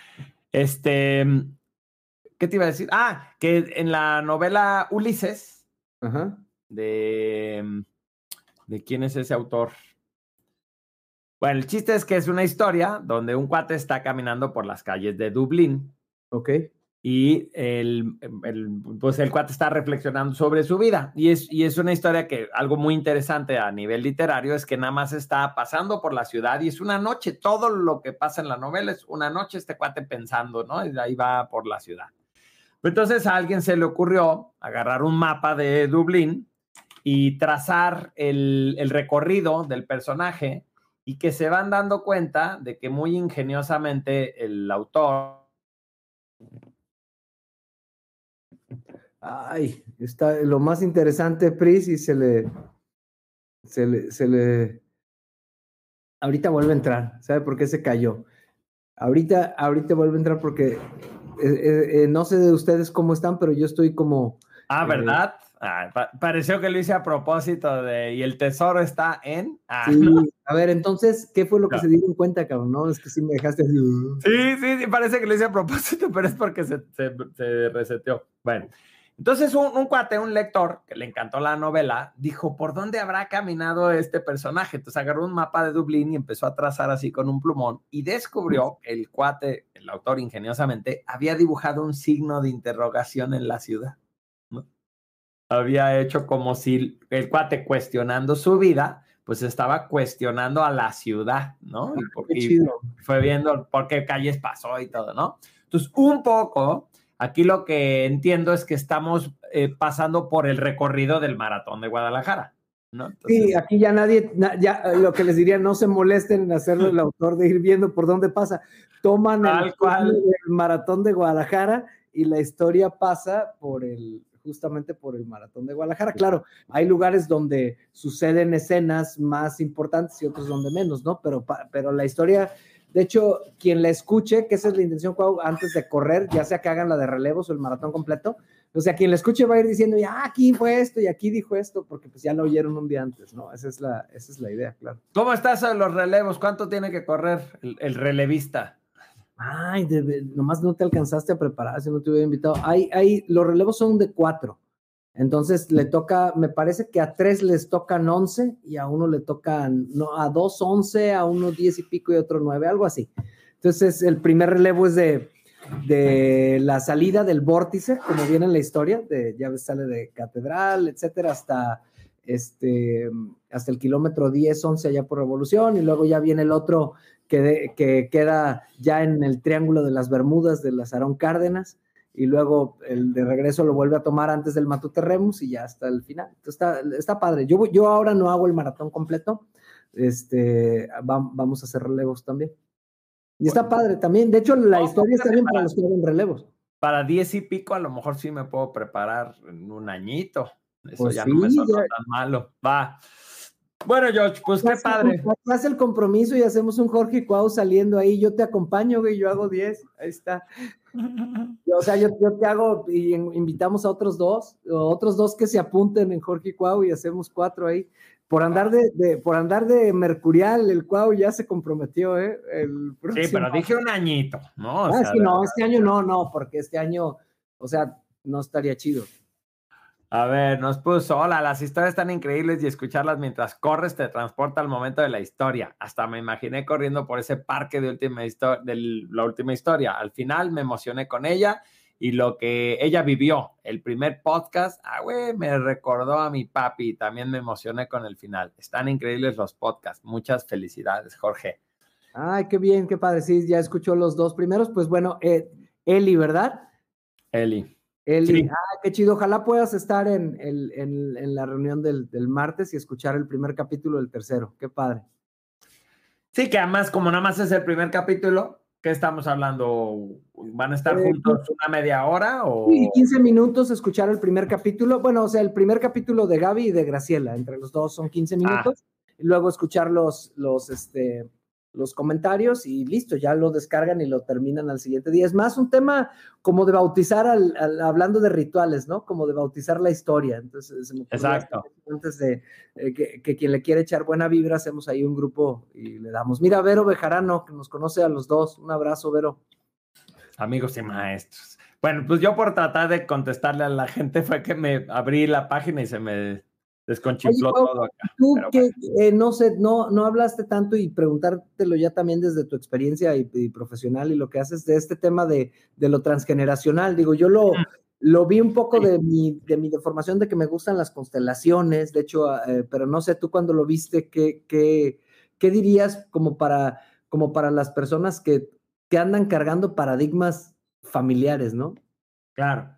Este, ¿qué te iba a decir? Ah, que en la novela Ulises, Ajá. de, ¿de quién es ese autor? Bueno, el chiste es que es una historia donde un cuate está caminando por las calles de Dublín. Ok. Y el, el, pues el cuate está reflexionando sobre su vida. Y es, y es una historia que algo muy interesante a nivel literario es que nada más está pasando por la ciudad y es una noche. Todo lo que pasa en la novela es una noche este cuate pensando, ¿no? Y ahí va por la ciudad. Entonces a alguien se le ocurrió agarrar un mapa de Dublín y trazar el, el recorrido del personaje y que se van dando cuenta de que muy ingeniosamente el autor... Ay, está lo más interesante, Pris, y se le, se le, se le, ahorita vuelve a entrar, ¿sabe por qué se cayó? Ahorita, ahorita vuelve a entrar porque eh, eh, eh, no sé de ustedes cómo están, pero yo estoy como... Ah, ¿verdad? Eh, ah, pa pareció que lo hice a propósito de... Y el tesoro está en... Ah, sí, ¿no? A ver, entonces, ¿qué fue lo que no. se dieron cuenta, cabrón? No, es que sí me dejaste así. Sí, sí, sí, parece que lo hice a propósito, pero es porque se, se, se reseteó. Bueno, entonces un, un cuate, un lector, que le encantó la novela, dijo, ¿por dónde habrá caminado este personaje? Entonces agarró un mapa de Dublín y empezó a trazar así con un plumón y descubrió que el cuate, el autor ingeniosamente, había dibujado un signo de interrogación en la ciudad, ¿no? Había hecho como si el cuate, cuestionando su vida, pues estaba cuestionando a la ciudad, ¿no? Y, por, qué chido. y fue viendo por qué calles pasó y todo, ¿no? Entonces, un poco, aquí lo que entiendo es que estamos eh, pasando por el recorrido del maratón de Guadalajara, ¿no? Entonces, sí, aquí ya nadie, na, ya lo que les diría, no se molesten en hacerlo el autor de ir viendo por dónde pasa. Toman el, el maratón de Guadalajara y la historia pasa por el... justamente por el maratón de Guadalajara. Claro, hay lugares donde suceden escenas más importantes y otros donde menos, ¿no? Pero, pero la historia, de hecho, quien la escuche, que esa es la intención, antes de correr, ya sea que hagan la de relevos o el maratón completo, o sea, quien la escuche va a ir diciendo, ya aquí fue esto y aquí dijo esto, porque pues ya lo oyeron un día antes, ¿no? Esa es la, esa es la idea, claro. ¿Cómo estás en los relevos? ¿Cuánto tiene que correr el, el relevista? Ay, de, nomás no te alcanzaste a preparar, si no te hubiera invitado. Hay, hay, los relevos son de cuatro. Entonces le toca, me parece que a tres les tocan once y a uno le tocan, no, a dos once, a uno diez y pico y otro nueve, algo así. Entonces el primer relevo es de, de la salida del vórtice, como viene en la historia, de, ya ves, sale de Catedral, etcétera, hasta, este, hasta el kilómetro diez, once allá por Revolución, y luego ya viene el otro que, de, que queda ya en el Triángulo de las Bermudas de las Aarón Cárdenas, y luego el de regreso lo vuelve a tomar antes del Matute Remus y ya hasta el final. Entonces está, está padre. Yo, yo ahora no hago el maratón completo, este, va, vamos a hacer relevos también. Y está padre también. De hecho, la no, historia está bien para, para los que hagan relevos. Para diez y pico, a lo mejor sí me puedo preparar en un añito. Eso pues ya sí, no me sonó ya... tan malo. Va. Bueno, George, pues qué padre. Haz el compromiso y hacemos un Jorge Cuau saliendo ahí. Yo te acompaño, güey. Yo hago diez. Ahí está. O sea, yo, yo te hago y invitamos a otros dos, otros dos que se apunten en Jorge Cuau y hacemos cuatro ahí. Por andar de, de, por andar de mercurial, el Cuau ya se comprometió, ¿eh? El sí, pero dije un añito, ¿no? O ah, sea, sí, no, este año no, no, porque este año, o sea, no estaría chido. A ver, nos puso, hola, las historias están increíbles y escucharlas mientras corres te transporta al momento de la historia. Hasta me imaginé corriendo por ese parque de, última de la última historia. Al final me emocioné con ella y lo que ella vivió. El primer podcast, ah, güey, me recordó a mi papi y también me emocioné con el final. Están increíbles los podcasts. Muchas felicidades, Jorge. Ay, qué bien, qué padre. Sí, ya escuchó los dos primeros. Pues bueno, eh, Eli, ¿verdad? Eli. Eli, sí. Ah, qué chido. Ojalá puedas estar en, en, en, en la reunión del, del martes y escuchar el primer capítulo del tercero. Qué padre. Sí, que además, como nada más es el primer capítulo, ¿qué estamos hablando? ¿Van a estar eh, juntos una media hora? O... Sí, quince minutos escuchar el primer capítulo. Bueno, o sea, el primer capítulo de Gaby y de Graciela, entre los dos son quince minutos. Ah. Y luego escuchar los, los, este, los comentarios y listo, ya lo descargan y lo terminan al siguiente día. Es más un tema como de bautizar, al, al, hablando de rituales, ¿no? Como de bautizar la historia. Entonces, se me exacto. Antes de eh, que, que quien le quiere echar buena vibra, hacemos ahí un grupo y le damos. Mira, Vero Bejarano, que nos conoce a los dos. Un abrazo, Vero. Amigos y maestros. Bueno, pues yo por tratar de contestarle a la gente fue que me abrí la página y se me desconchifló Oye, todo acá. Tú Pero que bueno. eh, no sé, no, no hablaste tanto y preguntártelo ya también desde tu experiencia y, y profesional y lo que haces de este tema de, de lo transgeneracional. Digo, yo lo, mm. lo vi un poco sí. de mi, de mi deformación de que me gustan las constelaciones, de hecho, eh, pero no sé, tú cuando lo viste, ¿qué, qué, qué dirías como para, como para las personas que, que andan cargando paradigmas familiares, ¿no? Claro.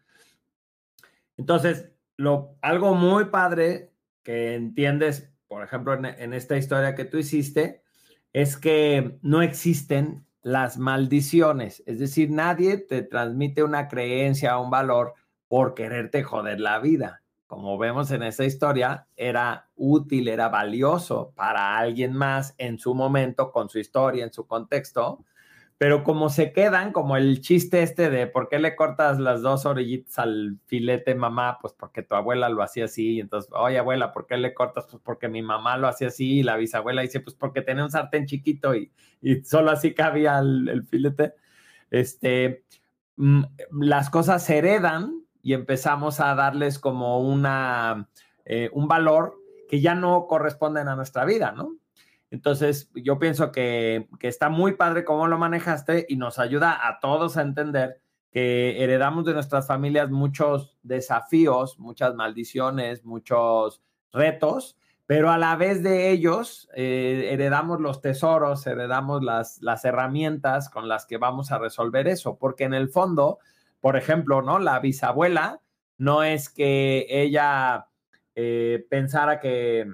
Entonces, lo, algo muy padre que entiendes, por ejemplo, en, en esta historia que tú hiciste, es que no existen las maldiciones. Es decir, nadie te transmite una creencia, un valor por quererte joder la vida. Como vemos en esa historia, era útil, era valioso para alguien más en su momento, con su historia, en su contexto, pero como se quedan, como el chiste este de ¿por qué le cortas las dos orillitas al filete, mamá? Pues porque tu abuela lo hacía así. Y entonces, oye, abuela, ¿por qué le cortas? Pues porque mi mamá lo hacía así. Y la bisabuela dice, pues porque tenía un sartén chiquito y, y solo así cabía el, el filete. Este, mm, las cosas se heredan y empezamos a darles como una, eh, un valor que ya no corresponden a nuestra vida, ¿no? Entonces, yo pienso que, que está muy padre cómo lo manejaste y nos ayuda a todos a entender que heredamos de nuestras familias muchos desafíos, muchas maldiciones, muchos retos, pero a la vez de ellos eh, heredamos los tesoros, heredamos las, las herramientas con las que vamos a resolver eso, porque en el fondo, por ejemplo, ¿no? La bisabuela no es que ella eh, pensara que...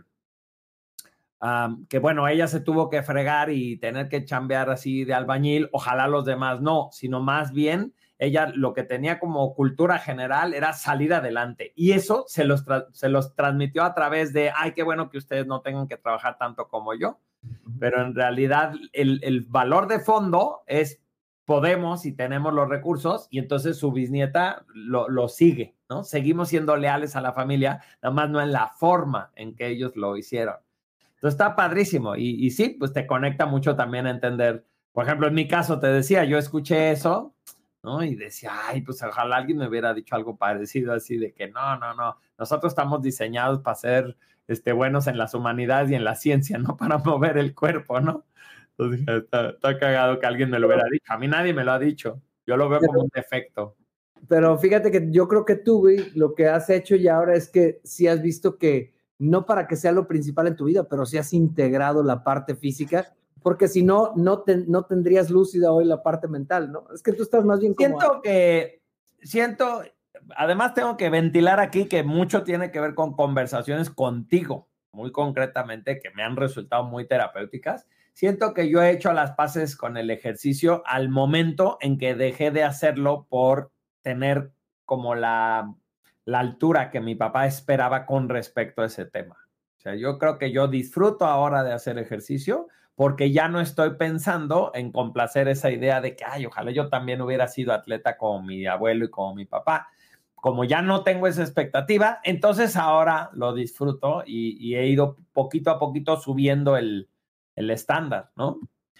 Um, que bueno, ella se tuvo que fregar y tener que chambear así de albañil, ojalá los demás no, sino más bien ella lo que tenía como cultura general era salir adelante y eso se los, se los transmitió a través de, ay, qué bueno que ustedes no tengan que trabajar tanto como yo, pero en realidad el, el valor de fondo es podemos y tenemos los recursos y entonces su bisnieta lo, lo sigue, ¿no? Seguimos siendo leales a la familia, nada más no en la forma en que ellos lo hicieron. Entonces está padrísimo y, y sí, pues te conecta mucho también a entender. Por ejemplo, en mi caso te decía, yo escuché eso, ¿no? Y decía, ay, pues ojalá alguien me hubiera dicho algo parecido así de que no, no, no, nosotros estamos diseñados para ser este, buenos en las humanidades y en la ciencia, no para mover el cuerpo, ¿no? Entonces está, está cagado que alguien me lo hubiera dicho. A mí nadie me lo ha dicho. Yo lo veo pero, como un defecto. Pero fíjate que yo creo que tú, güey, lo que has hecho ya ahora es que sí has visto que no para que sea lo principal en tu vida, pero sí has integrado la parte física, porque si no, no, te, no tendrías lúcida hoy la parte mental, ¿no? Es que tú estás más bien como... Siento que, siento, además tengo que ventilar aquí que mucho tiene que ver con conversaciones contigo, muy concretamente, que me han resultado muy terapéuticas. Siento que yo he hecho las paces con el ejercicio al momento en que dejé de hacerlo por tener como la... la altura que mi papá esperaba con respecto a ese tema. O sea, yo creo que yo disfruto ahora de hacer ejercicio porque ya no estoy pensando en complacer esa idea de que, ay, ojalá yo también hubiera sido atleta como mi abuelo y como mi papá. Como ya no tengo esa expectativa, entonces ahora lo disfruto y, y he ido poquito a poquito subiendo el, el estándar, ¿no?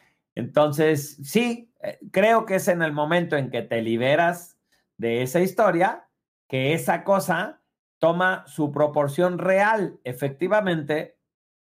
Entonces, sí, creo que es en el momento en que te liberas de esa historia que esa cosa toma su proporción real. Efectivamente,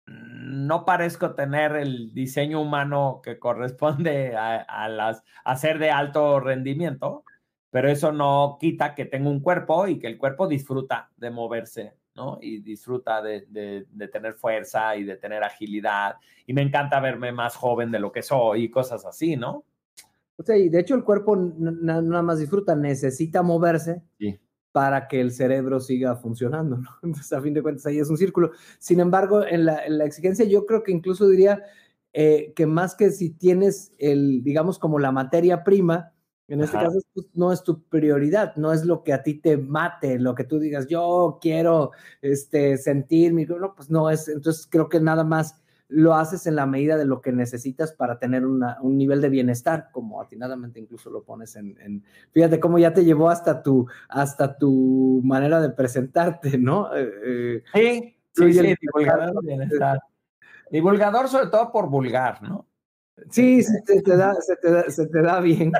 no parezco tener el diseño humano que corresponde a, a, las, a ser de alto rendimiento, pero eso no quita que tenga un cuerpo y que el cuerpo disfruta de moverse, ¿no? Y disfruta de, de, de tener fuerza y de tener agilidad. Y me encanta verme más joven de lo que soy y cosas así, ¿no? O sea, y de hecho el cuerpo nada más disfruta, necesita moverse. Sí. Para que el cerebro siga funcionando, ¿no? Entonces, a fin de cuentas, ahí es un círculo. Sin embargo, en la, en la exigencia, yo creo que incluso diría eh, que más que si tienes el, digamos, como la materia prima, en este Ajá. caso pues, no es tu prioridad, no es lo que a ti te mate, lo que tú digas, yo quiero este, sentir mi... No, pues no es, entonces creo que nada más lo haces en la medida de lo que necesitas para tener una, un nivel de bienestar, como atinadamente incluso lo pones en, en... Fíjate cómo ya te llevó hasta tu, hasta tu manera de presentarte, ¿no? Eh, sí, sí, sí, divulgador de bienestar. Divulgador sobre todo por vulgar, ¿no? Sí, se te, te da, se, te da, se te da bien.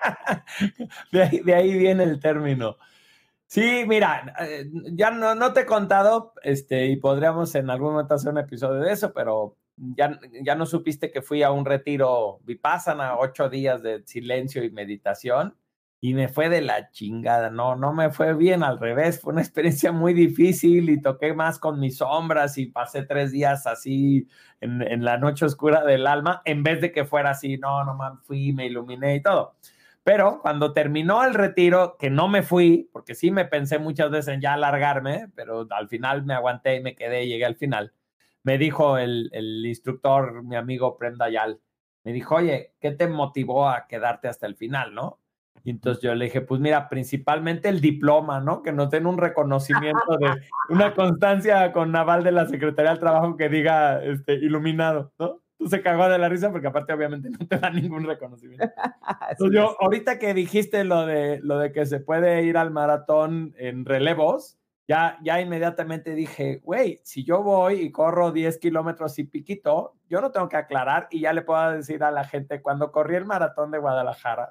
de, ahí, de ahí viene el término. Sí, mira, ya no, no te he contado, este, y podríamos en algún momento hacer un episodio de eso, pero ya, ya no supiste que fui a un retiro Vipassana, ocho días de silencio y meditación, y me fue de la chingada, no, no me fue bien, al revés, fue una experiencia muy difícil y toqué más con mis sombras y pasé tres días así en, en la noche oscura del alma, en vez de que fuera así, no, no, man, fui, me iluminé y todo. Pero cuando terminó el retiro, que no me fui, porque sí me pensé muchas veces en ya alargarme, pero al final me aguanté y me quedé y llegué al final. me dijo el, el instructor, mi amigo Prem Dayal, me dijo, oye, ¿qué te motivó a quedarte hasta el final, no? Y entonces yo le dije, pues mira, principalmente el diploma, ¿no? Que nos den un reconocimiento de una constancia con aval de la Secretaría del Trabajo que diga este, iluminado, ¿no? Tú se cagó de la risa porque aparte obviamente no te da ningún reconocimiento. Entonces yo, ahorita que dijiste lo de, lo de que se puede ir al maratón en relevos, ya, ya inmediatamente dije, güey, si yo voy y corro diez kilómetros y piquito, yo no tengo que aclarar y ya le puedo decir a la gente, cuando corrí el maratón de Guadalajara,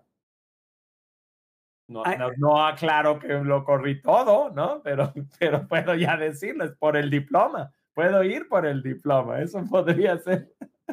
no, no, no aclaro que lo corrí todo, ¿no? Pero, pero puedo ya decirles por el diploma, puedo ir por el diploma, eso podría ser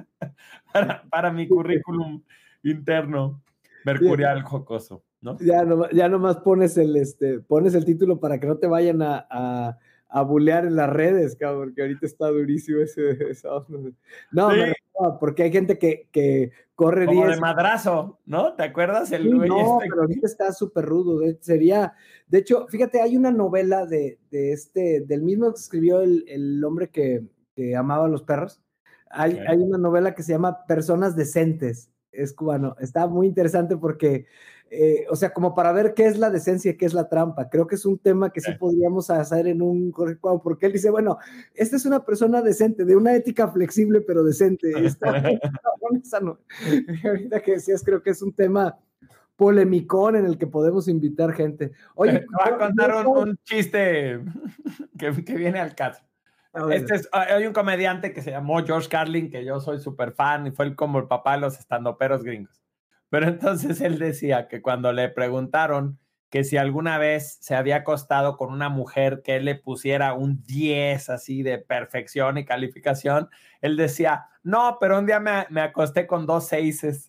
para, para mi currículum interno mercurial jocoso, ¿no? Ya, no, ya nomás pones el, este, pones el título para que no te vayan a, a, a bulear en las redes, cabrón, porque ahorita está durísimo ese, ese no, sí. me refiero, porque hay gente que, que corre como diez de madrazo, ¿no? ¿Te acuerdas? El sí, güey no, este... pero ahorita está súper rudo, de, sería, de hecho, fíjate, hay una novela de, de este, del mismo que escribió el, el hombre que, que amaba a los perros, hay, okay. hay una novela que se llama Personas Decentes, es cubano, está muy interesante porque, eh, o sea, como para ver qué es la decencia y qué es la trampa, creo que es un tema que okay. sí podríamos hacer en un correctivo, porque él dice, bueno, esta es una persona decente, de una ética flexible pero decente, está, esa no, ahorita que decías, creo que es un tema polemicón en el que podemos invitar gente. Oye, te voy a contar un, un chiste que, que viene al caso. Este es, hay un comediante que se llamó George Carlin, que yo soy súper fan y fue el, como el papá de los estandoperos gringos. Pero entonces él decía que cuando le preguntaron que si alguna vez se había acostado con una mujer que él le pusiera un diez así de perfección y calificación, él decía, no, pero un día me, me acosté con dos seises.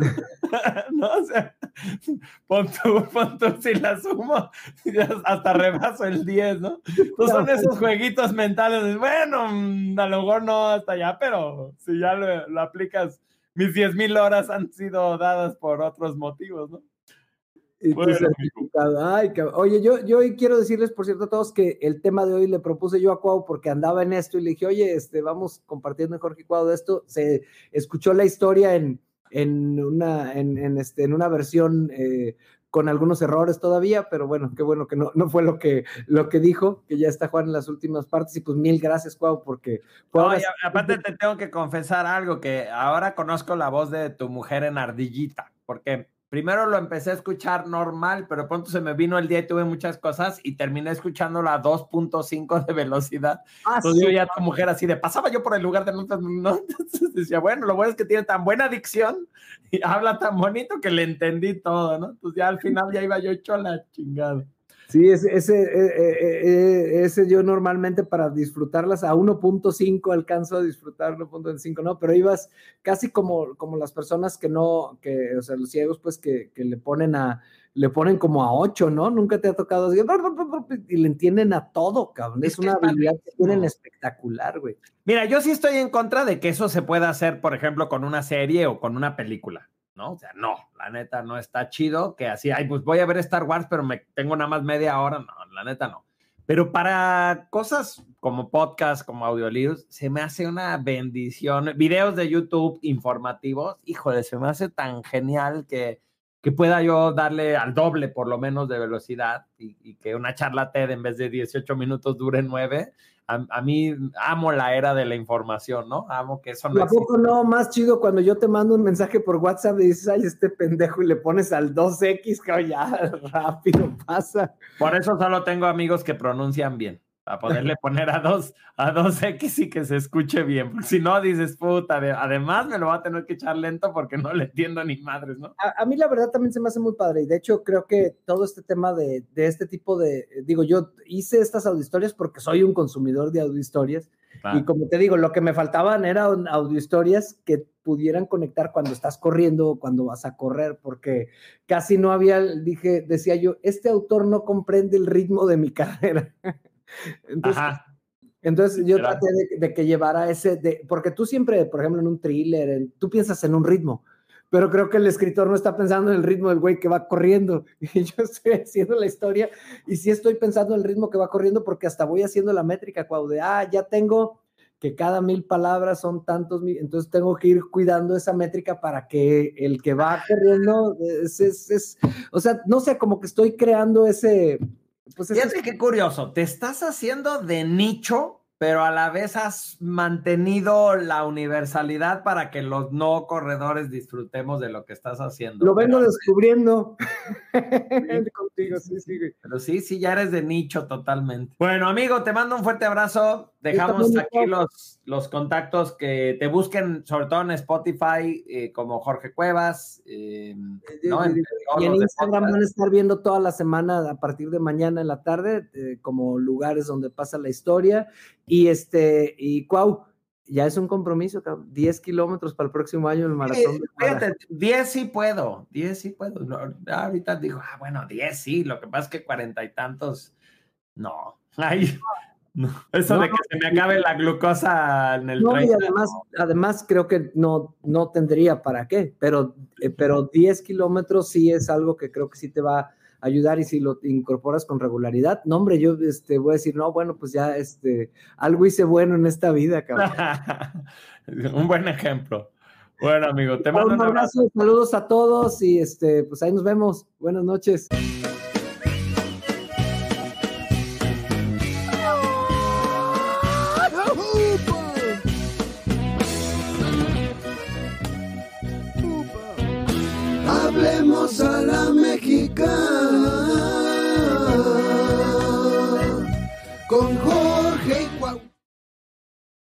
No, o sea, pon tú, pon tú, si la sumo, hasta rebaso el diez, ¿no? Pues son esos jueguitos mentales, bueno, a lo mejor no hasta allá, pero si ya lo, lo aplicas, mis diez mil horas han sido dadas por otros motivos, ¿no? Y bueno, ay, oye, yo, yo quiero decirles, por cierto, a todos que el tema de hoy le propuse yo a Cuau porque andaba en esto y le dije, oye, este, vamos compartiendo en Jorge Cuau de esto. Se escuchó la historia en en una, en, en este, en una versión eh, con algunos errores todavía, pero bueno, qué bueno que no, no fue lo que, lo que dijo, que ya está Juan en las últimas partes, y pues mil gracias, Cuau, porque... No, y aparte te tengo que confesar algo, que ahora conozco la voz de tu mujer en Ardillita, porque primero lo empecé a escuchar normal, pero pronto se me vino el día y tuve muchas cosas y terminé escuchándolo a dos punto cinco de velocidad. Ah, entonces sí, yo ya tu mujer así de, pasaba yo por el lugar de no, no, entonces decía, bueno, lo bueno es que tiene tan buena dicción y habla tan bonito que le entendí todo, ¿no? Entonces ya al final ya iba yo hecho a la chingada. Sí, ese, ese, eh, ese yo normalmente para disfrutarlas a uno punto cinco alcanzo a disfrutar uno punto cinco, ¿no? Pero ibas casi como, como las personas que no, que, o sea, los ciegos, pues, que, que le ponen a, le ponen como a ocho, ¿no? Nunca te ha tocado así, y le entienden a todo, cabrón. Es, es una habilidad que tienen espectacular, güey. Mira, yo sí estoy en contra de que eso se pueda hacer, por ejemplo, con una serie o con una película, ¿no? O sea, no, la neta no está chido que así, ay, pues voy a ver Star Wars, pero me tengo nada más media hora, no, la neta no. Pero para cosas como podcast, como audiolibros, se me hace una bendición. Videos de YouTube informativos, híjole, se me hace tan genial que, que pueda yo darle al doble por lo menos de velocidad y, y que una charla TED en vez de dieciocho minutos dure nueve. A, a mí amo la era de la información, ¿no? Amo que eso no existe. ¿A poco no? Más chido cuando yo te mando un mensaje por WhatsApp y dices, ay, este pendejo, y le pones al dos equis, que ya rápido pasa. Por eso solo tengo amigos que pronuncian bien, para poderle poner a dos, a dos equis y que se escuche bien. Porque si no, dices, puta, además me lo va a tener que echar lento porque no le entiendo ni madres, ¿no? A, a mí la verdad también se me hace muy padre, y de hecho creo que todo este tema de, de este tipo de, digo, yo hice estas audiohistorias porque soy un consumidor de audiohistorias, ah. y como te digo, lo que me faltaban eran audiohistorias que pudieran conectar cuando estás corriendo o cuando vas a correr, porque casi no había, dije, decía yo, este autor no comprende el ritmo de mi carrera. Entonces, Ajá. entonces yo Era. traté de, de que llevara ese, de, porque tú siempre, por ejemplo, en un thriller, en, tú piensas en un ritmo, pero creo que el escritor no está pensando en el ritmo del güey que va corriendo, y yo estoy haciendo la historia, y sí estoy pensando en el ritmo que va corriendo, porque hasta voy haciendo la métrica, Cuau, de, ah, ya tengo, que cada mil palabras son tantos mil, entonces tengo que ir cuidando esa métrica para que el que va corriendo, es, es, es o sea, no sé, como que estoy creando ese... Pues fíjate ese... qué curioso, te estás haciendo de nicho, pero a la vez has mantenido la universalidad para que los no corredores disfrutemos de lo que estás haciendo. Lo vengo pero, descubriendo sí, contigo, sí, sí. Pero sí, sí, ya eres de nicho totalmente. Bueno, amigo, te mando un fuerte abrazo. Dejamos aquí los, los contactos que te busquen, sobre todo en Spotify, eh, como Jorge Cuevas. Eh, ¿no? en, y en Instagram van a estar viendo toda la semana, a partir de mañana en la tarde, eh, como lugares donde pasa la historia. Y este, y Cuau, ya es un compromiso, diez kilómetros para el próximo año el maratón. Sí, fíjate, diez sí puedo, diez sí puedo. No, ahorita digo, ah, bueno, diez sí, lo que pasa es que cuarenta y tantos, no. Ay, no. Eso no, de que se me acabe la glucosa en el no, treinta, y además, no. además creo que no, no tendría para qué, pero, eh, pero diez kilómetros sí es algo que creo que sí te va a ayudar, y si lo incorporas con regularidad, no, hombre, yo este, voy a decir, no, bueno, pues ya este, algo hice bueno en esta vida, cabrón. Un buen ejemplo. Bueno, amigo, te mando un abrazo. abrazo. Saludos a todos y este, pues ahí nos vemos. Buenas noches. Hablemos a la mexicana.